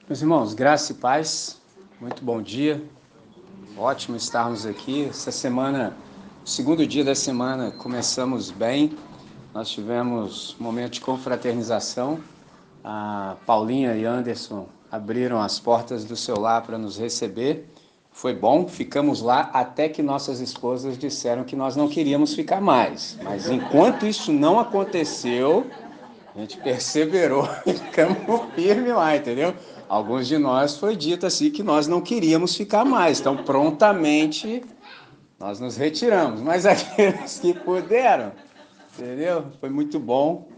Meus irmãos, graça e paz, muito bom dia, ótimo estarmos aqui. Essa semana, o segundo dia da semana, começamos bem, nós tivemos um momento de confraternização, a Paulinha e Anderson abriram as portas do seu lar para nos receber, foi bom, ficamos lá até que nossas esposas disseram que nós não queríamos ficar mais, mas enquanto isso não aconteceu, a gente perseverou e ficamos firmes lá, entendeu? Alguns de nós foi dito assim que nós não queríamos ficar mais, então prontamente nós nos retiramos, mas aqueles que puderam, entendeu? Foi muito bom.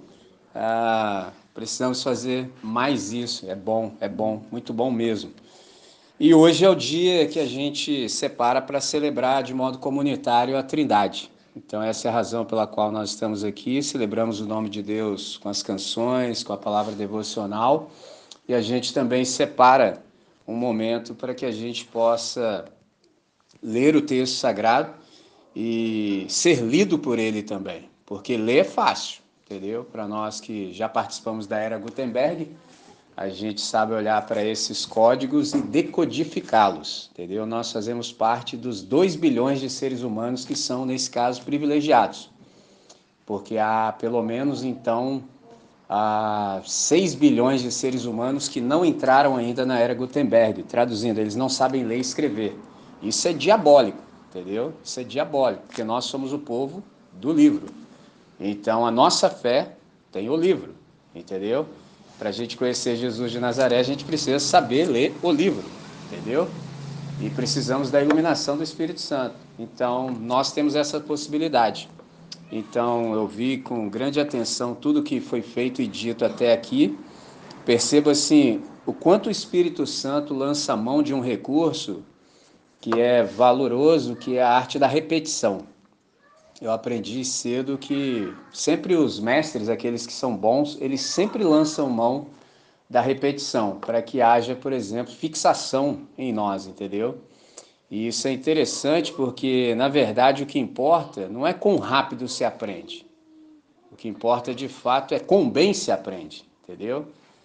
Precisamos fazer mais isso, é bom, muito bom mesmo. E hoje é o dia que a gente separa para celebrar de modo comunitário a Trindade. Então, essa é a razão pela qual nós estamos aqui. Celebramos o nome de Deus com as canções, com a palavra devocional. E a gente também separa um momento para que a gente possa ler o texto sagrado e ser lido por ele também. Porque ler é fácil, entendeu? Para nós que já participamos da era Gutenberg, a gente sabe olhar para esses códigos e decodificá-los, entendeu? Nós fazemos parte dos 2 bilhões de seres humanos que são, nesse caso, privilegiados, porque há pelo menos, então, há 6 bilhões de seres humanos que não entraram ainda na era Gutenberg, traduzindo, eles não sabem ler e escrever. Isso é diabólico, entendeu? Isso é diabólico, porque nós somos o povo do livro. Então, a nossa fé tem o livro, entendeu? Para a gente conhecer Jesus de Nazaré, a gente precisa saber ler o livro, entendeu? E precisamos da iluminação do Espírito Santo. Então, nós temos essa possibilidade. Então, eu vi com grande atenção tudo que foi feito e dito até aqui. Percebo, assim, o quanto o Espírito Santo lança mão de um recurso que é valoroso, que é a arte da repetição. Eu aprendi cedo que sempre os mestres, aqueles que são bons, eles sempre lançam mão da repetição, para que haja, por exemplo, fixação em nós, entendeu? E isso é interessante porque, na verdade, o que importa não é quão rápido se aprende. O que importa, de fato, é quão bem se aprende, entendeu?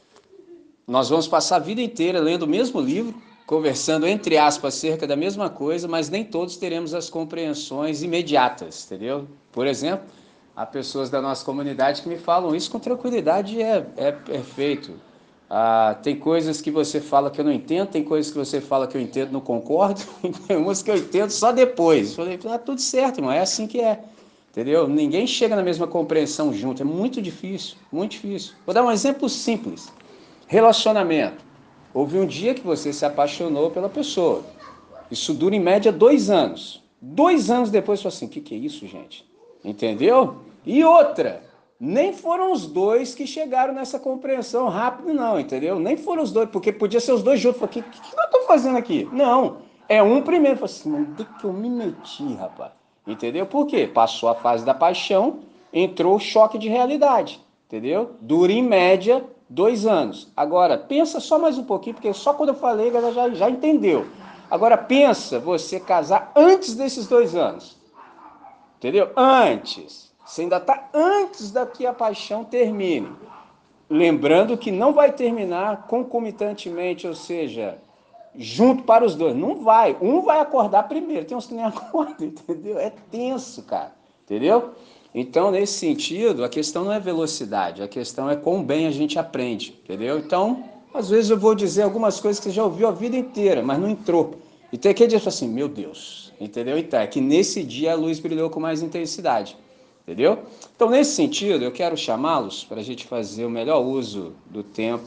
Nós vamos passar a vida inteira lendo o mesmo livro, conversando, entre aspas, acerca da mesma coisa, mas nem todos teremos as compreensões imediatas, entendeu? Por exemplo, há pessoas da nossa comunidade que me falam isso com tranquilidade e é perfeito. Tem coisas que você fala que eu não entendo, tem coisas que você fala que eu entendo e não concordo, tem umas que eu entendo só depois. Falei, tudo certo, irmão, é assim que é. Entendeu? Ninguém chega na mesma compreensão junto, é muito difícil, muito difícil. Vou dar um exemplo simples. Relacionamento. Houve um dia que você se apaixonou pela pessoa. Isso dura em média 2 anos. 2 anos depois, você fala assim: que é isso, gente? Entendeu? E outra, nem foram os dois que chegaram nessa compreensão rápido, não, entendeu? Nem foram os dois, porque podia ser os dois juntos. O que eu estou fazendo aqui? Não, é um primeiro. Fala assim: onde que eu me meti, rapaz? Entendeu? Por quê? Passou a fase da paixão, entrou o choque de realidade, entendeu? Dura em média 2 anos. Agora, pensa só mais um pouquinho, porque só quando eu falei, a galera já entendeu. Agora, pensa você casar antes desses 2 anos, entendeu? Antes. Você ainda está antes da que a paixão termine. Lembrando que não vai terminar concomitantemente, ou seja, junto para os dois. Não vai. Um vai acordar primeiro. Tem uns que nem acordam, entendeu? É tenso, cara. Entendeu? Então, nesse sentido, a questão não é velocidade, a questão é quão bem a gente aprende, entendeu? Então, às vezes eu vou dizer algumas coisas que você já ouviu a vida inteira, mas não entrou. E tem aquele dia que assim, meu Deus, entendeu? Então, é que nesse dia a luz brilhou com mais intensidade, entendeu? Então, nesse sentido, eu quero chamá-los para a gente fazer o melhor uso do tempo.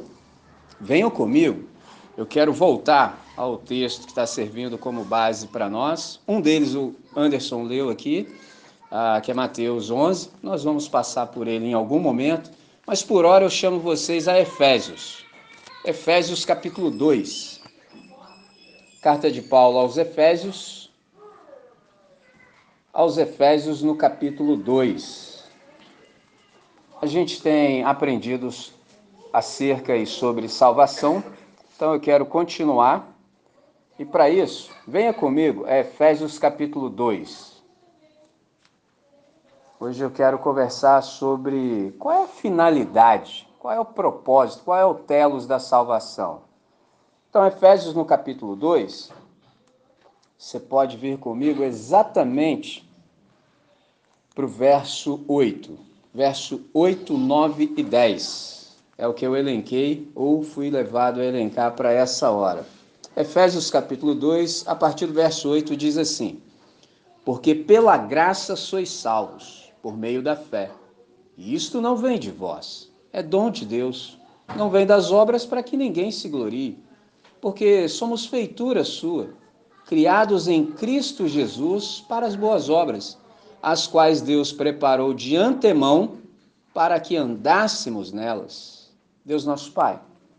Venham comigo, eu quero voltar ao texto que está servindo como base para nós. Um deles o Anderson leu aqui, que é Mateus 11. Nós vamos passar por ele em algum momento, mas por hora eu chamo vocês a Efésios. Efésios capítulo 2. Carta de Paulo aos Efésios no capítulo 2. A gente tem aprendido acerca e sobre salvação, então eu quero continuar. E para isso, venha comigo, Efésios capítulo 2. Hoje eu quero conversar sobre qual é a finalidade Qual é o propósito? Qual é o telos da salvação? Então, Efésios no capítulo 2, você pode vir comigo exatamente para o verso 8. Verso 8, 9 e 10. É o que eu elenquei ou fui levado a elencar para essa hora. Efésios capítulo 2, a partir do verso 8, diz assim: porque pela graça sois salvos, por meio da fé. E isto não vem de vós, é dom de Deus. Não vem das obras para que ninguém se glorie, porque somos feitura sua, criados em Cristo Jesus para as boas obras, as quais Deus preparou de antemão para que andássemos nelas. Deus nosso Pai,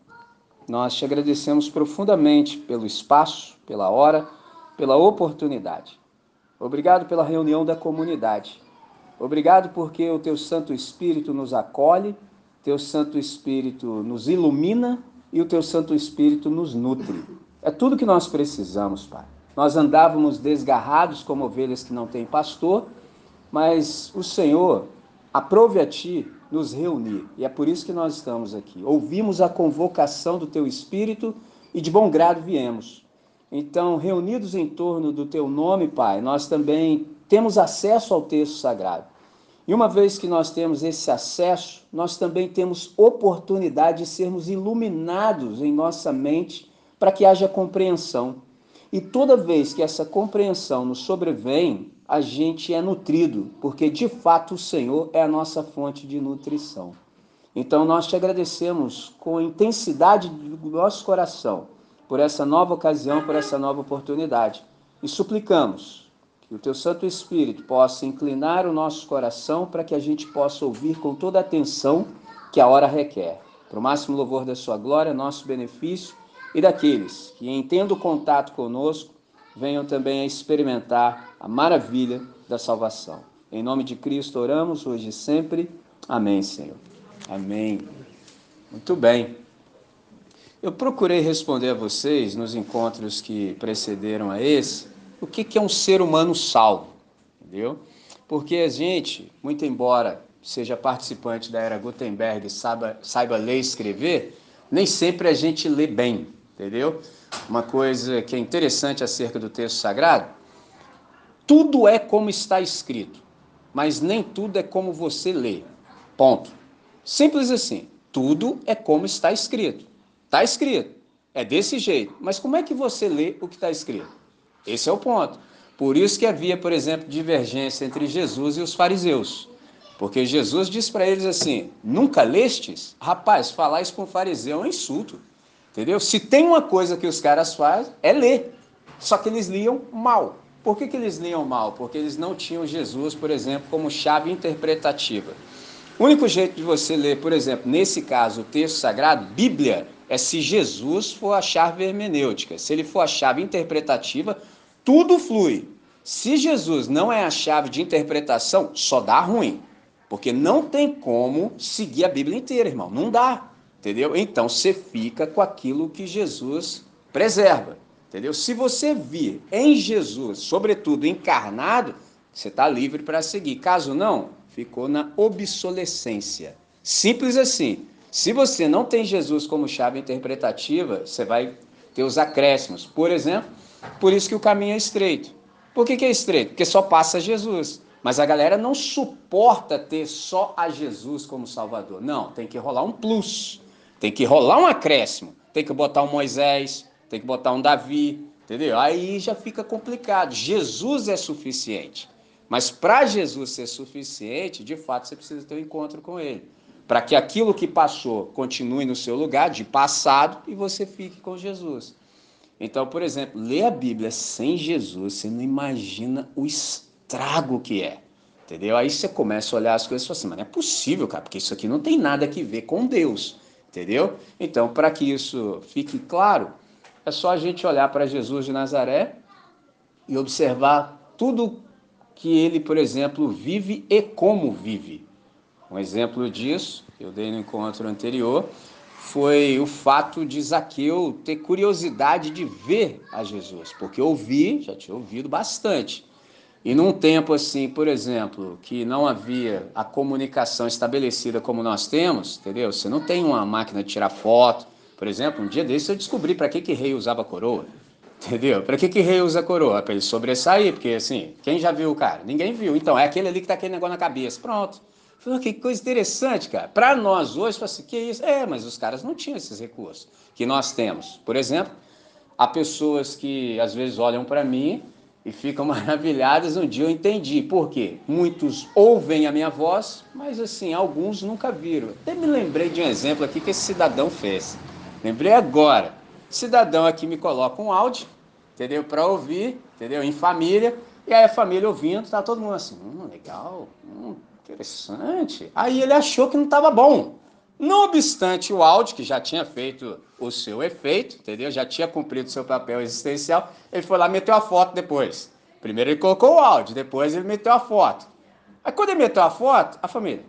nós te agradecemos profundamente pelo espaço, pela hora, pela oportunidade. Obrigado pela reunião da comunidade. Obrigado porque o teu Santo Espírito nos acolhe, teu Santo Espírito nos ilumina e o teu Santo Espírito nos nutre. É tudo que nós precisamos, Pai. Nós andávamos desgarrados como ovelhas que não têm pastor, mas o Senhor aprove a ti nos reunir. E é por isso que nós estamos aqui. Ouvimos a convocação do teu Espírito e de bom grado viemos. Então, reunidos em torno do teu nome, Pai, nós também temos acesso ao texto sagrado. E uma vez que nós temos esse acesso, nós também temos oportunidade de sermos iluminados em nossa mente para que haja compreensão. E toda vez que essa compreensão nos sobrevém, a gente é nutrido, porque de fato o Senhor é a nossa fonte de nutrição. Então nós te agradecemos com a intensidade do nosso coração por essa nova ocasião, por essa nova oportunidade. E suplicamos que o teu Santo Espírito possa inclinar o nosso coração para que a gente possa ouvir com toda a atenção que a hora requer. Para o máximo louvor da sua glória, nosso benefício e daqueles que, em tendo contato conosco, venham também a experimentar a maravilha da salvação. Em nome de Cristo oramos, hoje e sempre. Amém, Senhor. Amém. Muito bem. Eu procurei responder a vocês, nos encontros que precederam a esse, o que é um ser humano salvo, entendeu? Porque a gente, muito embora seja participante da era Gutenberg e saiba ler e escrever, nem sempre a gente lê bem, entendeu? Uma coisa que é interessante acerca do texto sagrado, tudo é como está escrito, mas nem tudo é como você lê. Ponto. Simples assim. Tudo é como está escrito. Está escrito. É desse jeito. Mas como é que você lê o que está escrito? Esse é o ponto. Por isso que havia, por exemplo, divergência entre Jesus e os fariseus. Porque Jesus diz para eles assim, nunca lestes? Rapaz, falar isso com um fariseu é um insulto. Entendeu? Se tem uma coisa que os caras fazem, é ler. Só que eles liam mal. Por que eles liam mal? Porque eles não tinham Jesus, por exemplo, como chave interpretativa. O único jeito de você ler, por exemplo, nesse caso, o texto sagrado, Bíblia, é se Jesus for a chave hermenêutica. Se ele for a chave interpretativa, tudo flui. Se Jesus não é a chave de interpretação, só dá ruim. Porque não tem como seguir a Bíblia inteira, irmão. Não dá. Entendeu? Então você fica com aquilo que Jesus preserva. Entendeu? Se você vir em Jesus, sobretudo encarnado, você está livre para seguir. Caso não, ficou na obsolescência. Simples assim. Se você não tem Jesus como chave interpretativa, você vai ter os acréscimos. Por exemplo, por isso que o caminho é estreito. Por que é estreito? Porque só passa Jesus. Mas a galera não suporta ter só a Jesus como Salvador. Não, tem que rolar um plus. Tem que rolar um acréscimo. Tem que botar um Moisés, tem que botar um Davi, entendeu? Aí já fica complicado. Jesus é suficiente. Mas para Jesus ser suficiente, de fato, você precisa ter um encontro com ele. Para que aquilo que passou continue no seu lugar, de passado, e você fique com Jesus. Então, por exemplo, ler a Bíblia sem Jesus, você não imagina o estrago que é. Entendeu? Aí você começa a olhar as coisas e fala assim, mas não é possível, cara, porque isso aqui não tem nada a ver com Deus. Entendeu? Então, para que isso fique claro, é só a gente olhar para Jesus de Nazaré e observar tudo que ele, por exemplo, vive e como vive. Um exemplo disso, que eu dei no encontro anterior, foi o fato de Zaqueu ter curiosidade de ver a Jesus, porque ouvi, já tinha ouvido bastante, E num tempo assim, por exemplo, que não havia a comunicação estabelecida como nós temos, entendeu? Você não tem uma máquina de tirar foto. Por exemplo, um dia desse eu descobri para que rei usava coroa. Entendeu? Para que rei usa coroa? Para ele sobressair, porque assim, quem já viu o cara? Ninguém viu. Então, é aquele ali que tá aquele negócio na cabeça. Pronto. Falei, que coisa interessante, cara. Para nós hoje, fala assim, que isso? É, mas os caras não tinham esses recursos que nós temos. Por exemplo, há pessoas que às vezes olham para mim e ficam maravilhadas. Um dia eu entendi por quê. Muitos ouvem a minha voz, mas assim, alguns nunca viram. Até me lembrei de um exemplo aqui que esse cidadão fez. Lembrei agora. O cidadão aqui me coloca um áudio, entendeu? Para ouvir, entendeu? Em família. E aí a família ouvindo, tá todo mundo assim, legal, interessante. Aí ele achou que não estava bom. Não obstante o áudio, que já tinha feito o seu efeito, entendeu? Já tinha cumprido o seu papel existencial, ele foi lá e meteu a foto depois. Primeiro ele colocou o áudio, depois ele meteu a foto. Aí quando ele meteu a foto, a família.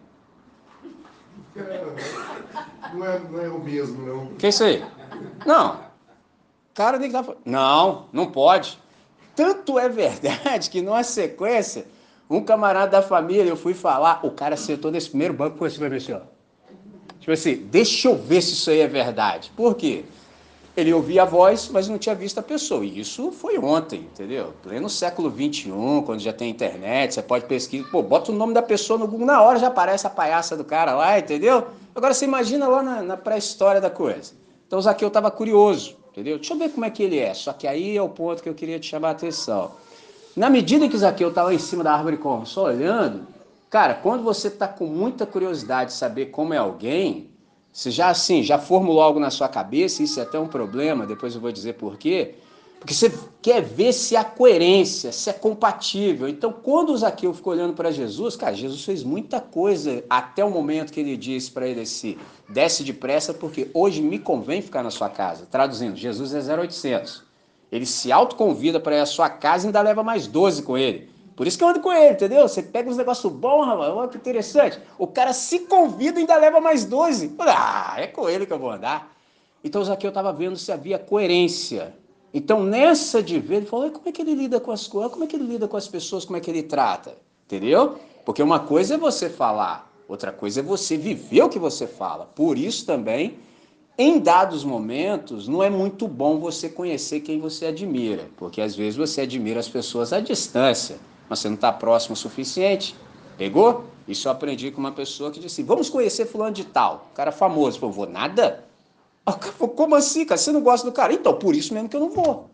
Não é o mesmo, não. Que é isso aí? Não. Cara, nem que tá. Não, não pode. Tanto é verdade que numa sequência, um camarada da família, eu fui falar, o cara sentou nesse primeiro banco com esse pra ver assim, ó. Tipo assim, deixa eu ver se isso aí é verdade. Por quê? Ele ouvia a voz, mas não tinha visto a pessoa. E isso foi ontem, entendeu? Pleno século XXI, quando já tem internet, você pode pesquisar. Pô, bota o nome da pessoa no Google, na hora já aparece a palhaça do cara lá, entendeu? Agora você imagina lá na pré-história da coisa. Então o Zaqueu estava curioso, entendeu? Deixa eu ver como é que ele é. Só que aí é o ponto que eu queria te chamar a atenção. Na medida que o Zaqueu estava em cima da árvore só olhando, cara, quando você está com muita curiosidade de saber como é alguém, você já assim, já formulou algo na sua cabeça, isso é até um problema, depois eu vou dizer por quê. Porque você quer ver se há coerência, se é compatível. Então, quando o Zaqueu ficou olhando para Jesus, cara, Jesus fez muita coisa até o momento que ele disse para ele assim, desce depressa porque hoje me convém ficar na sua casa. Traduzindo, Jesus é 0800. Ele se autoconvida para ir à sua casa e ainda leva mais 12 com ele. Por isso que eu ando com ele, entendeu? Você pega uns negócios bons, rapaz, olha que interessante. O cara se convida e ainda leva mais 12. Ah, é com ele que eu vou andar. Então o Zaqueu estava vendo se havia coerência. Então nessa de ver, ele falou, como é que ele lida com as coisas, como é que ele lida com as pessoas, como é que ele trata, entendeu? Porque uma coisa é você falar, outra coisa é você viver o que você fala. Por isso também em dados momentos, não é muito bom você conhecer quem você admira, porque às vezes você admira as pessoas à distância, mas você não está próximo o suficiente. Pegou? Isso eu aprendi com uma pessoa que disse: vamos conhecer fulano de tal, cara famoso. Eu vou nada? Como assim, cara? Você não gosta do cara? Então, por isso mesmo que eu não vou.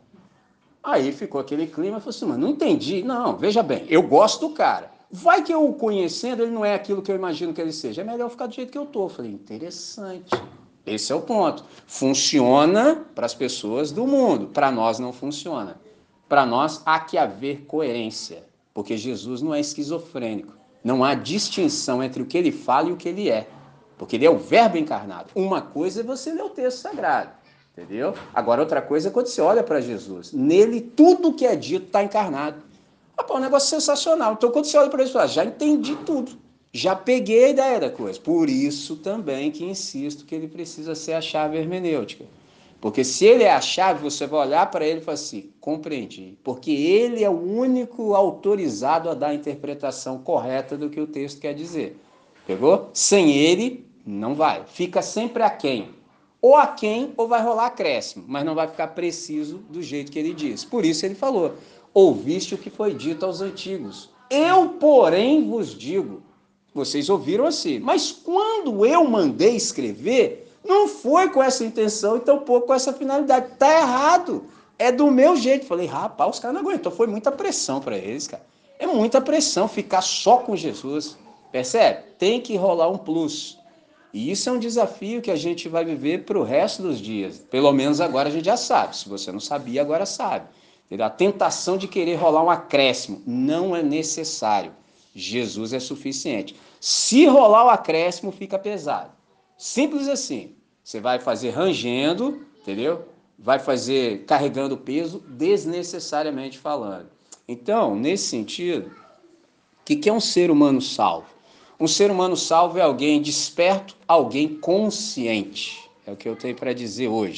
Aí ficou aquele clima, eu falei assim, mas não entendi. Não, veja bem, eu gosto do cara. Vai que eu o conhecendo, ele não é aquilo que eu imagino que ele seja. É melhor ficar do jeito que eu tô. Eu falei, interessante. Esse é o ponto. Funciona para as pessoas do mundo, para nós não funciona. Para nós há que haver coerência, porque Jesus não é esquizofrênico. Não há distinção entre o que ele fala e o que ele é, porque ele é o verbo encarnado. Uma coisa é você ler o texto sagrado, entendeu? Agora outra coisa é quando você olha para Jesus. Nele tudo que é dito está encarnado. Rapaz, é um negócio sensacional. Então quando você olha para ele, você fala, já entendi tudo. Já peguei a ideia da coisa. Por isso também que insisto que ele precisa ser a chave hermenêutica. Porque se ele é a chave, você vai olhar para ele e falar assim, compreendi. Porque ele é o único autorizado a dar a interpretação correta do que o texto quer dizer. Pegou? Sem ele, não vai. Fica sempre aquém. Ou aquém, ou vai rolar acréscimo, mas não vai ficar preciso do jeito que ele diz. Por isso ele falou, ouviste o que foi dito aos antigos. Eu, porém, vos digo. Vocês ouviram assim. Mas quando eu mandei escrever, não foi com essa intenção e tampouco com essa finalidade. Tá errado. É do meu jeito. Falei, rapaz, os caras não aguentam. Foi muita pressão para eles, cara. É muita pressão ficar só com Jesus. Percebe? Tem que rolar um plus. E isso é um desafio que a gente vai viver para o resto dos dias. Pelo menos agora a gente já sabe. Se você não sabia, agora sabe. A tentação de querer rolar um acréscimo não é necessário. Jesus é suficiente. Se rolar o acréscimo, fica pesado. Simples assim. Você vai fazer rangendo, entendeu? Vai fazer carregando peso desnecessariamente falando. Então, nesse sentido, o que é um ser humano salvo? Um ser humano salvo é alguém desperto, alguém consciente. É o que eu tenho para dizer hoje.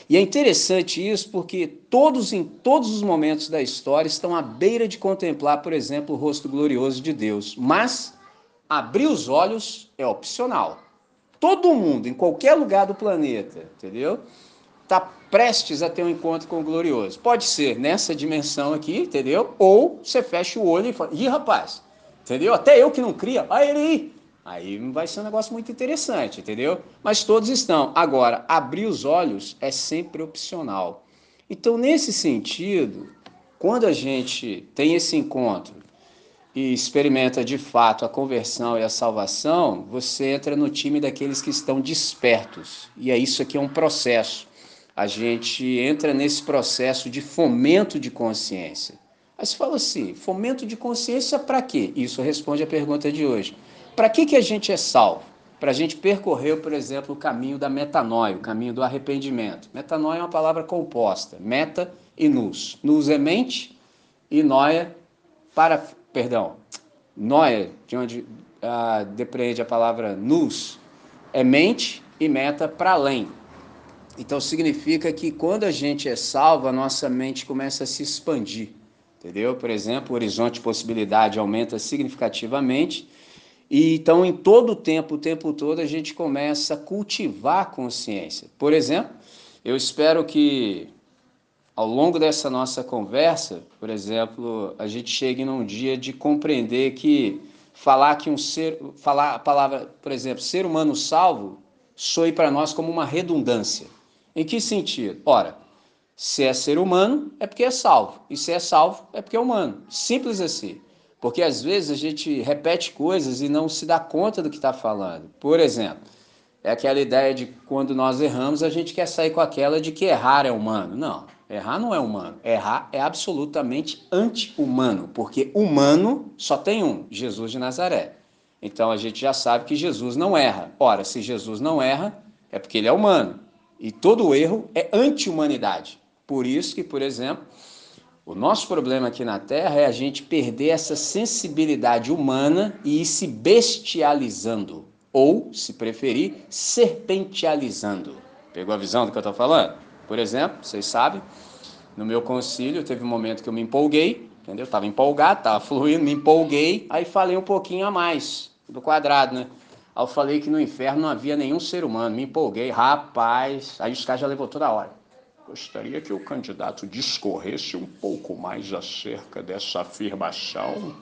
E é interessante isso porque em todos os momentos da história estão à beira de contemplar, por exemplo, o rosto glorioso de Deus. Mas abrir os olhos é opcional. Todo mundo, em qualquer lugar do planeta, entendeu? Está prestes a ter um encontro com o glorioso. Pode ser nessa dimensão aqui, entendeu? Ou você fecha o olho e fala, ih, rapaz, entendeu? Até eu que não cria, olha ele aí. Aí vai ser um negócio muito interessante, entendeu? Mas todos estão. Agora, abrir os olhos é sempre opcional. Então, nesse sentido, quando a gente tem esse encontro e experimenta de fato a conversão e a salvação, você entra no time daqueles que estão despertos. E é isso aqui, é um processo. A gente entra nesse processo de fomento de consciência. Aí você fala assim, fomento de consciência para quê? Isso responde à pergunta de hoje. Para que a gente é salvo? Para a gente percorrer, por exemplo, o caminho da metanoia, o caminho do arrependimento. Metanoia é uma palavra composta, meta e nous. Nous é mente e noia noia, de onde depreende a palavra nous, é mente e meta para além. Então significa que quando a gente é salvo, a nossa mente começa a se expandir, entendeu? Por exemplo, o horizonte de possibilidade aumenta significativamente e então em todo o tempo todo, a gente começa a cultivar a consciência. Por exemplo, eu espero que ao longo dessa nossa conversa, por exemplo, a gente chegue num dia de compreender que falar a palavra, por exemplo, ser humano salvo, soe para nós como uma redundância. Em que sentido? Ora, se é ser humano, é porque é salvo. E se é salvo, é porque é humano. Simples assim. Porque às vezes a gente repete coisas e não se dá conta do que está falando. Por exemplo, é aquela ideia de quando nós erramos, a gente quer sair com aquela de que errar é humano. Não, errar não é humano. Errar é absolutamente anti-humano, porque humano só tem um, Jesus de Nazaré. Então a gente já sabe que Jesus não erra. Ora, se Jesus não erra, é porque ele é humano. E todo erro é anti-humanidade. Por isso que, por exemplo, o nosso problema aqui na Terra é a gente perder essa sensibilidade humana e ir se bestializando, ou, se preferir, serpentializando. Pegou a visão do que eu estou falando? Por exemplo, vocês sabem, no meu concílio teve um momento que eu me empolguei, entendeu? Estava empolgado, estava fluindo, me empolguei, aí falei um pouquinho a mais do quadrado, né? Aí eu falei que no inferno não havia nenhum ser humano, me empolguei, rapaz, aí os caras já levou toda hora. Gostaria que o candidato discorresse um pouco mais acerca dessa afirmação.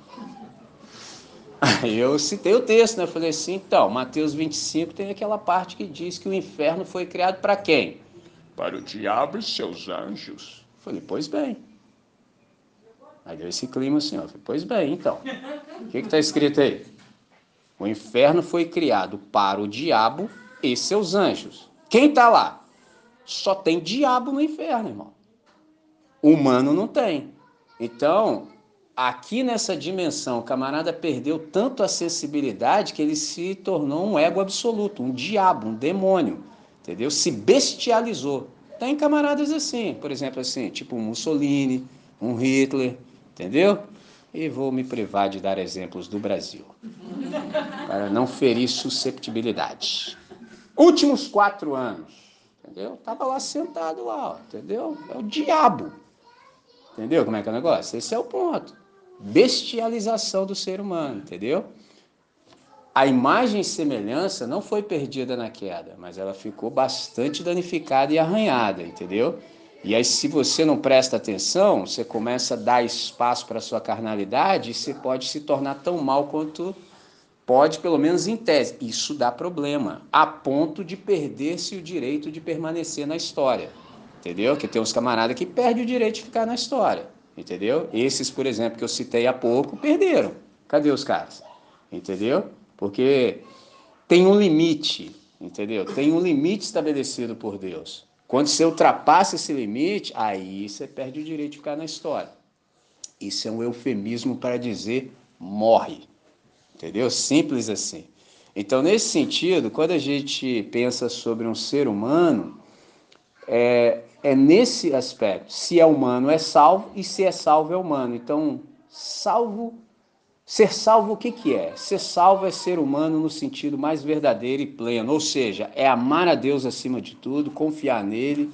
Aí eu citei o texto, né? Eu falei assim, então, Mateus 25 tem aquela parte que diz que o inferno foi criado para quem? Para o diabo e seus anjos. Eu falei, pois bem. Aí deu esse clima assim, ó. Eu falei, pois bem, então. O que está escrito aí? O inferno foi criado para o diabo e seus anjos. Quem está lá? Só tem diabo no inferno, irmão. Humano não tem. Então, aqui nessa dimensão, o camarada perdeu tanto a sensibilidade que ele se tornou um ego absoluto, um diabo, um demônio, entendeu? Se bestializou. Tem camaradas assim, por exemplo, assim, tipo um Mussolini, um Hitler, entendeu? E vou me privar de dar exemplos do Brasil, para não ferir susceptibilidade. Últimos 4 anos, entendeu? Tava lá sentado lá, ó, entendeu? É o diabo. Entendeu como é que é o negócio? Esse é o ponto. Bestialização do ser humano, entendeu? A imagem e semelhança não foi perdida na queda, mas ela ficou bastante danificada e arranhada, entendeu? E aí, se você não presta atenção, você começa a dar espaço para a sua carnalidade e você pode se tornar tão mal quanto pode, pelo menos em tese. Isso dá problema, a ponto de perder-se o direito de permanecer na história. Entendeu? Que tem uns camaradas que perdem o direito de ficar na história, entendeu? Esses, por exemplo, que eu citei há pouco, perderam. Cadê os caras? Entendeu? Porque tem um limite, entendeu? Tem um limite estabelecido por Deus. Quando você ultrapassa esse limite, aí você perde o direito de ficar na história. Isso é um eufemismo para dizer morre, entendeu? Simples assim. Então, nesse sentido, quando a gente pensa sobre um ser humano, é nesse aspecto. Se é humano é salvo e se é salvo é humano. Então, ser salvo o que é? Ser salvo é ser humano no sentido mais verdadeiro e pleno, ou seja, é amar a Deus acima de tudo, confiar nele,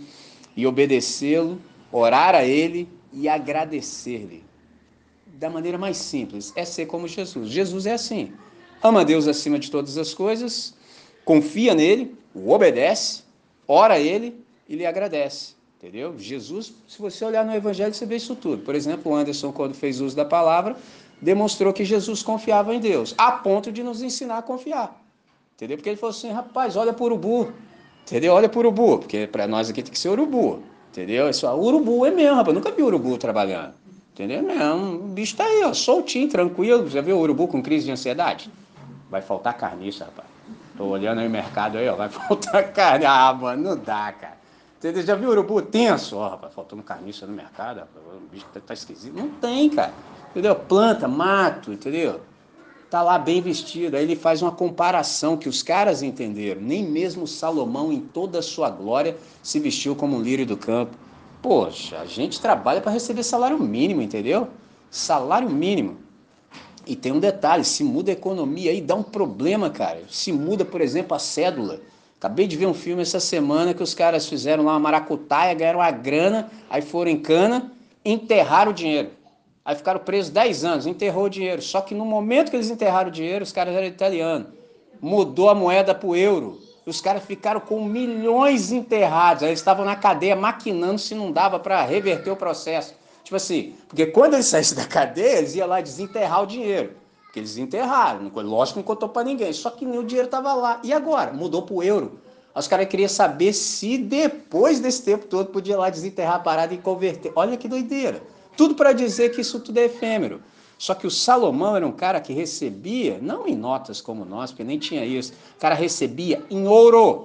e obedecê-lo, orar a ele e agradecer-lhe. Da maneira mais simples, é ser como Jesus. Jesus é assim, ama Deus acima de todas as coisas, confia nele, o obedece, ora a ele e lhe agradece. Entendeu? Jesus, se você olhar no Evangelho, você vê isso tudo. Por exemplo, o Anderson, quando fez uso da palavra, demonstrou que Jesus confiava em Deus, a ponto de nos ensinar a confiar. Entendeu? Porque ele falou assim, rapaz, olha para o urubu. Entendeu? Olha para o urubu, porque para nós aqui tem que ser urubu. Entendeu? Isso, urubu é mesmo, rapaz. Eu nunca vi urubu trabalhando. Entendeu? Mesmo. O bicho tá aí, ó, soltinho, tranquilo. Já viu o urubu com crise de ansiedade? Vai faltar carniça, rapaz. Tô olhando aí o mercado aí, ó. Vai faltar carne. Ah, mano, não dá, cara. Entendeu? Já viu o urubu tenso? Ó, rapaz, faltando carniça no mercado. Rapaz. O bicho tá esquisito. Não tem, cara. Entendeu? Planta, mato, entendeu? Tá lá bem vestido. Aí ele faz uma comparação que os caras entenderam. Nem mesmo Salomão, em toda a sua glória, se vestiu como um lírio do campo. Poxa, a gente trabalha para receber salário mínimo, entendeu? Salário mínimo. E tem um detalhe, se muda a economia aí, dá um problema, cara. Se muda, por exemplo, a cédula. Acabei de ver um filme essa semana que os caras fizeram lá uma maracutaia, ganharam uma grana, aí foram em cana, enterraram o dinheiro. Aí ficaram presos 10 anos, enterrou o dinheiro. Só que no momento que eles enterraram o dinheiro, os caras eram italianos. Mudou a moeda para o euro. Os caras ficaram com milhões enterrados. Aí eles estavam na cadeia maquinando se não dava para reverter o processo. Tipo assim, porque quando eles saíssem da cadeia, eles iam lá desenterrar o dinheiro. Porque eles enterraram. Lógico que não contou para ninguém. Só que nem o dinheiro estava lá. E agora? Mudou para o euro. Os caras queriam saber se depois desse tempo todo podia lá desenterrar a parada e converter. Olha que doideira. Tudo para dizer que isso tudo é efêmero. Só que o Salomão era um cara que recebia, não em notas como nós, porque nem tinha isso, o cara recebia em ouro,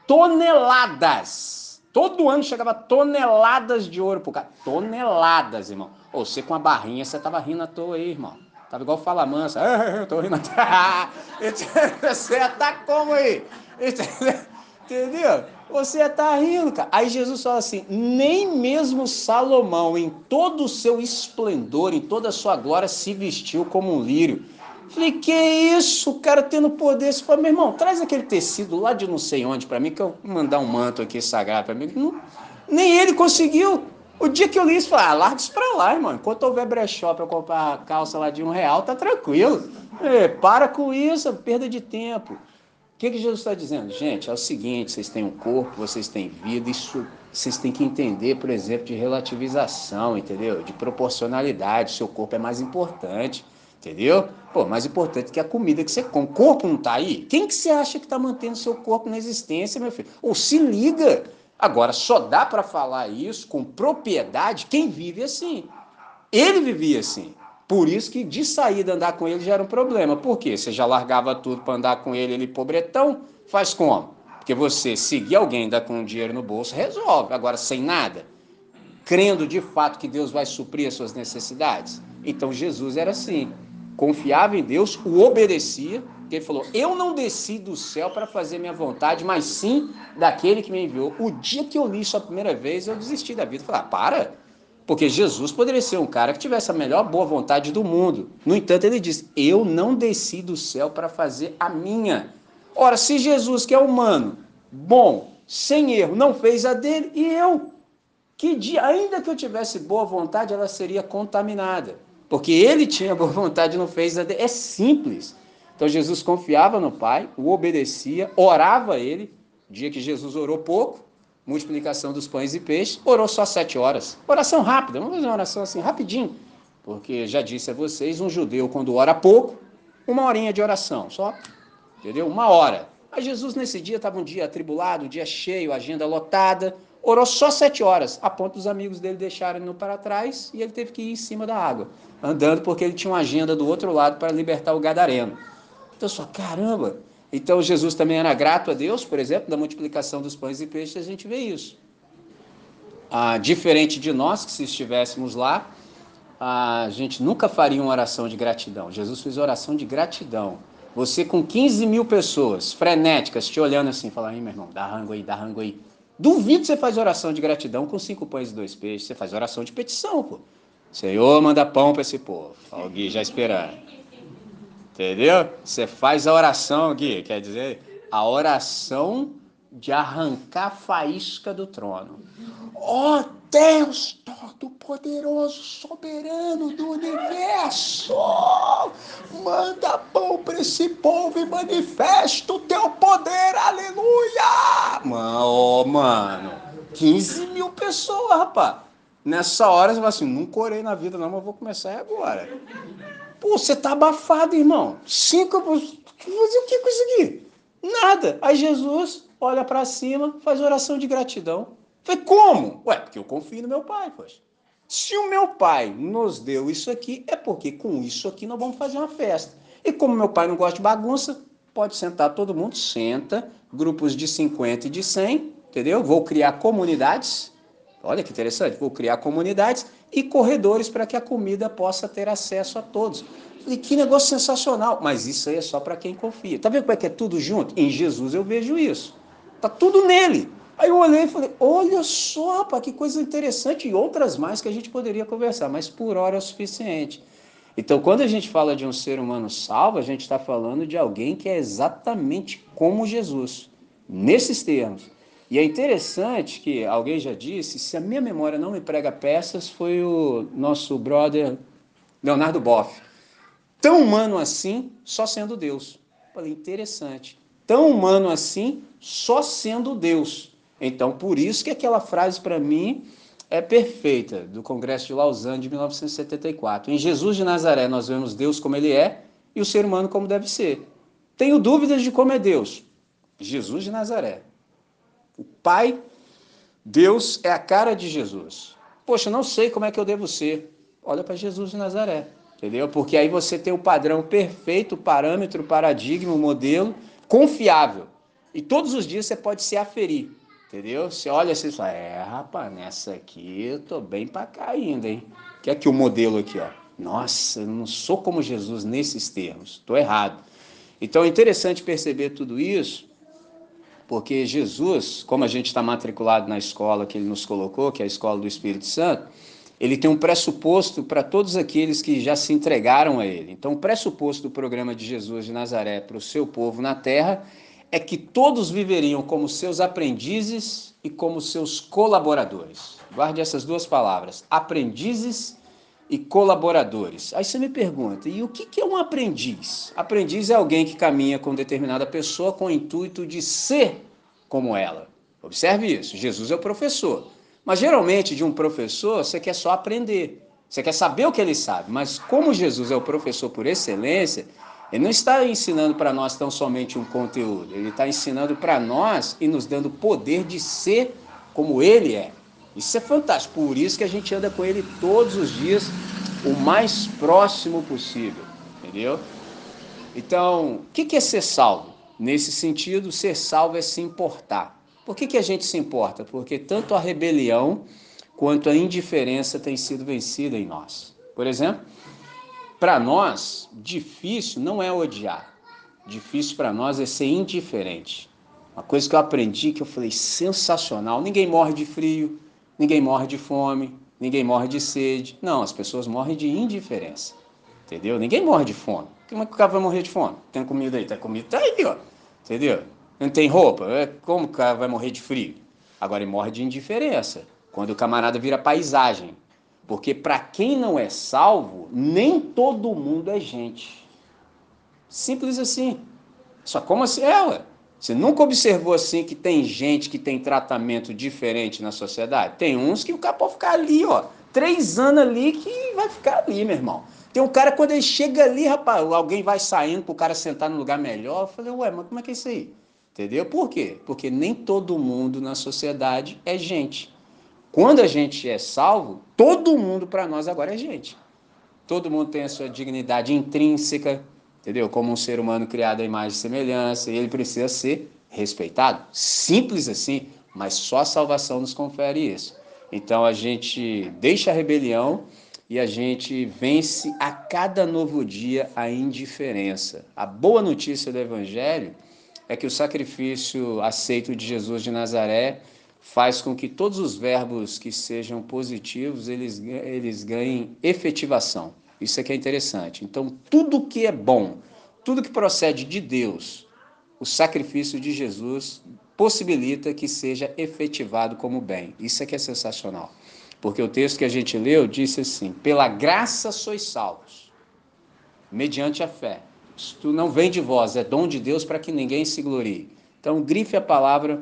toneladas. Todo ano chegava toneladas de ouro pro cara. Toneladas, irmão. Ô, você com a barrinha, você tava rindo à toa aí, irmão. Tava igual Fala Mansa. Eu tô rindo à toa. Você tá como aí? Entendeu? Você tá rindo, cara. Aí Jesus fala assim, nem mesmo Salomão, em todo o seu esplendor, em toda a sua glória, se vestiu como um lírio. Falei, que isso, o cara tendo poder. Você fala, meu irmão, traz aquele tecido lá de não sei onde pra mim, que eu vou mandar um manto aqui sagrado pra mim. Não, nem ele conseguiu. O dia que eu li isso, eu falei, larga isso pra lá, irmão. Enquanto houver brechó pra eu comprar a calça lá de R$ 1, tá tranquilo. Para com isso, perda de tempo. O que Jesus está dizendo? Gente, é o seguinte, vocês têm um corpo, vocês têm vida, isso vocês têm que entender, por exemplo, de relativização, entendeu? De proporcionalidade, seu corpo é mais importante, entendeu? Pô, mais importante que a comida que você come. O corpo não está aí? Quem que você acha que está mantendo seu corpo na existência, meu filho? Ou se liga! Agora, só dá para falar isso com propriedade quem vive assim. Ele vivia assim. Por isso que de saída andar com ele já era um problema. Por quê? Você já largava tudo para andar com ele, ele pobretão, faz como? Porque você seguir alguém, andar com dinheiro no bolso, resolve. Agora, sem nada, crendo de fato que Deus vai suprir as suas necessidades. Então, Jesus era assim. Confiava em Deus, o obedecia, porque ele falou, eu não desci do céu para fazer minha vontade, mas sim daquele que me enviou. O dia que eu li isso a primeira vez, eu desisti da vida. Falei, para! Porque Jesus poderia ser um cara que tivesse a melhor boa vontade do mundo. No entanto, ele diz, eu não desci do céu para fazer a minha. Ora, se Jesus, que é humano, bom, sem erro, não fez a dele, e eu? Que dia, ainda que eu tivesse boa vontade, ela seria contaminada. Porque ele tinha boa vontade e não fez a dele. É simples. Então Jesus confiava no Pai, o obedecia, orava a ele. Dia que Jesus orou pouco, multiplicação dos pães e peixes, orou só 7 horas. Oração rápida, vamos fazer uma oração assim, rapidinho. Porque já disse a vocês, um judeu quando ora pouco, 1 horinha de oração, só, entendeu? 1 hora. Mas Jesus nesse dia estava um dia atribulado, um dia cheio, agenda lotada, orou só 7 horas, a ponto dos amigos dele deixarem ele para trás e ele teve que ir em cima da água, andando porque ele tinha uma agenda do outro lado para libertar o gadareno. Então, só caramba! Então, Jesus também era grato a Deus, por exemplo, da multiplicação dos pães e peixes, a gente vê isso. Diferente de nós, que se estivéssemos lá, a gente nunca faria uma oração de gratidão. Jesus fez oração de gratidão. Você com 15 mil pessoas frenéticas te olhando assim, falando, meu irmão, dá rango aí, dá rango aí. Duvido que você faz oração de gratidão com 5 pães e 2 peixes. Você faz oração de petição, pô. Senhor, manda pão para esse povo. Ó, o Gui já esperando. Entendeu? Você faz a oração, Gui, quer dizer, a oração de arrancar a faísca do trono. Ó Deus Todo-Poderoso, soberano do universo, manda pão para esse povo e manifesta o teu poder, aleluia! Mano, 15 mil pessoas, rapaz. Nessa hora você fala assim, nunca orei na vida não, mas vou começar agora. Pô, você tá abafado, irmão. 5, fazer o que com isso aqui? Nada. Aí Jesus olha para cima, faz oração de gratidão. Falei, como? Ué, porque eu confio no meu pai, poxa. Se o meu pai nos deu isso aqui, é porque com isso aqui nós vamos fazer uma festa. E como meu pai não gosta de bagunça, pode sentar todo mundo, senta, grupos de 50 e de 100, entendeu? Vou criar comunidades, olha que interessante, vou criar comunidades e corredores para que a comida possa ter acesso a todos. Falei, que negócio sensacional, mas isso aí é só para quem confia. Tá vendo como é que é tudo junto? Em Jesus eu vejo isso. Tá tudo nele. Aí eu olhei e falei, olha só, rapaz, que coisa interessante, e outras mais que a gente poderia conversar, mas por hora é o suficiente. Então, quando a gente fala de um ser humano salvo, a gente está falando de alguém que é exatamente como Jesus, nesses termos. E é interessante que alguém já disse, se a minha memória não me prega peças, foi o nosso brother Leonardo Boff. Tão humano assim, só sendo Deus. Falei, interessante. Tão humano assim, só sendo Deus. Então, por isso que aquela frase para mim é perfeita, do Congresso de Lausanne de 1974. Em Jesus de Nazaré nós vemos Deus como ele é e o ser humano como deve ser. Tenho dúvidas de como é Deus. Jesus de Nazaré. O Pai, Deus é a cara de Jesus. Poxa, não sei como é que eu devo ser. Olha para Jesus de Nazaré, entendeu? Porque aí você tem o padrão perfeito, o parâmetro, o paradigma, o modelo confiável. E todos os dias você pode se aferir, entendeu? Você olha assim e fala, rapaz, nessa aqui eu tô bem para cá ainda, hein? Que é aqui o modelo aqui, ó. Nossa, eu não sou como Jesus nesses termos, tô errado. Então é interessante perceber tudo isso, porque Jesus, como a gente está matriculado na escola que ele nos colocou, que é a escola do Espírito Santo, ele tem um pressuposto para todos aqueles que já se entregaram a ele. Então, o pressuposto do programa de Jesus de Nazaré para o seu povo na terra é que todos viveriam como seus aprendizes e como seus colaboradores. Guarde essas duas palavras, aprendizes e colaboradores. Aí você me pergunta, e o que é um aprendiz? Aprendiz é alguém que caminha com determinada pessoa com o intuito de ser como ela. Observe isso, Jesus é o professor. Mas geralmente de um professor você quer só aprender, você quer saber o que ele sabe. Mas como Jesus é o professor por excelência, ele não está ensinando para nós tão somente um conteúdo, ele está ensinando para nós e nos dando o poder de ser como ele é. Isso é fantástico, por isso que a gente anda com ele todos os dias, o mais próximo possível, entendeu? Então, o que é ser salvo? Nesse sentido, ser salvo é se importar. Por que a gente se importa? Porque tanto a rebelião quanto a indiferença tem sido vencida em nós. Por exemplo, para nós, difícil não é odiar. Difícil para nós é ser indiferente. Uma coisa que eu aprendi, que eu falei, sensacional. Ninguém morre de frio, ninguém morre de fome, ninguém morre de sede. Não, as pessoas morrem de indiferença. Entendeu? Ninguém morre de fome. Como é que o cara vai morrer de fome? Tem comida aí? Tem comida? Tá aí, ó. Entendeu? Não tem roupa? Como o cara vai morrer de frio? Agora ele morre de indiferença. Quando o camarada vira paisagem. Porque para quem não é salvo, nem todo mundo é gente. Simples assim. Só como assim? Ué. Você nunca observou assim que tem gente que tem tratamento diferente na sociedade? Tem uns que o cara pode ficar ali, ó, 3 anos ali que vai ficar ali, meu irmão. Tem um cara, quando ele chega ali, rapaz, alguém vai saindo para o cara sentar no lugar melhor. Eu falei, ué, mas como é que é isso aí? Entendeu? Por quê? Porque nem todo mundo na sociedade é gente. Quando a gente é salvo, todo mundo para nós agora é gente. Todo mundo tem a sua dignidade intrínseca, entendeu? Como um ser humano criado à imagem e semelhança, e ele precisa ser respeitado. Simples assim, mas só a salvação nos confere isso. Então a gente deixa a rebelião e a gente vence a cada novo dia a indiferença. A boa notícia do Evangelho é que o sacrifício aceito de Jesus de Nazaré faz com que todos os verbos que sejam positivos, eles ganhem efetivação. Isso é que é interessante. Então, tudo que é bom, tudo que procede de Deus, o sacrifício de Jesus possibilita que seja efetivado como bem. Isso é que é sensacional. Porque o texto que a gente leu disse assim: pela graça sois salvos, mediante a fé. Isto não vem de vós, é dom de Deus para que ninguém se glorie. Então, grife a palavra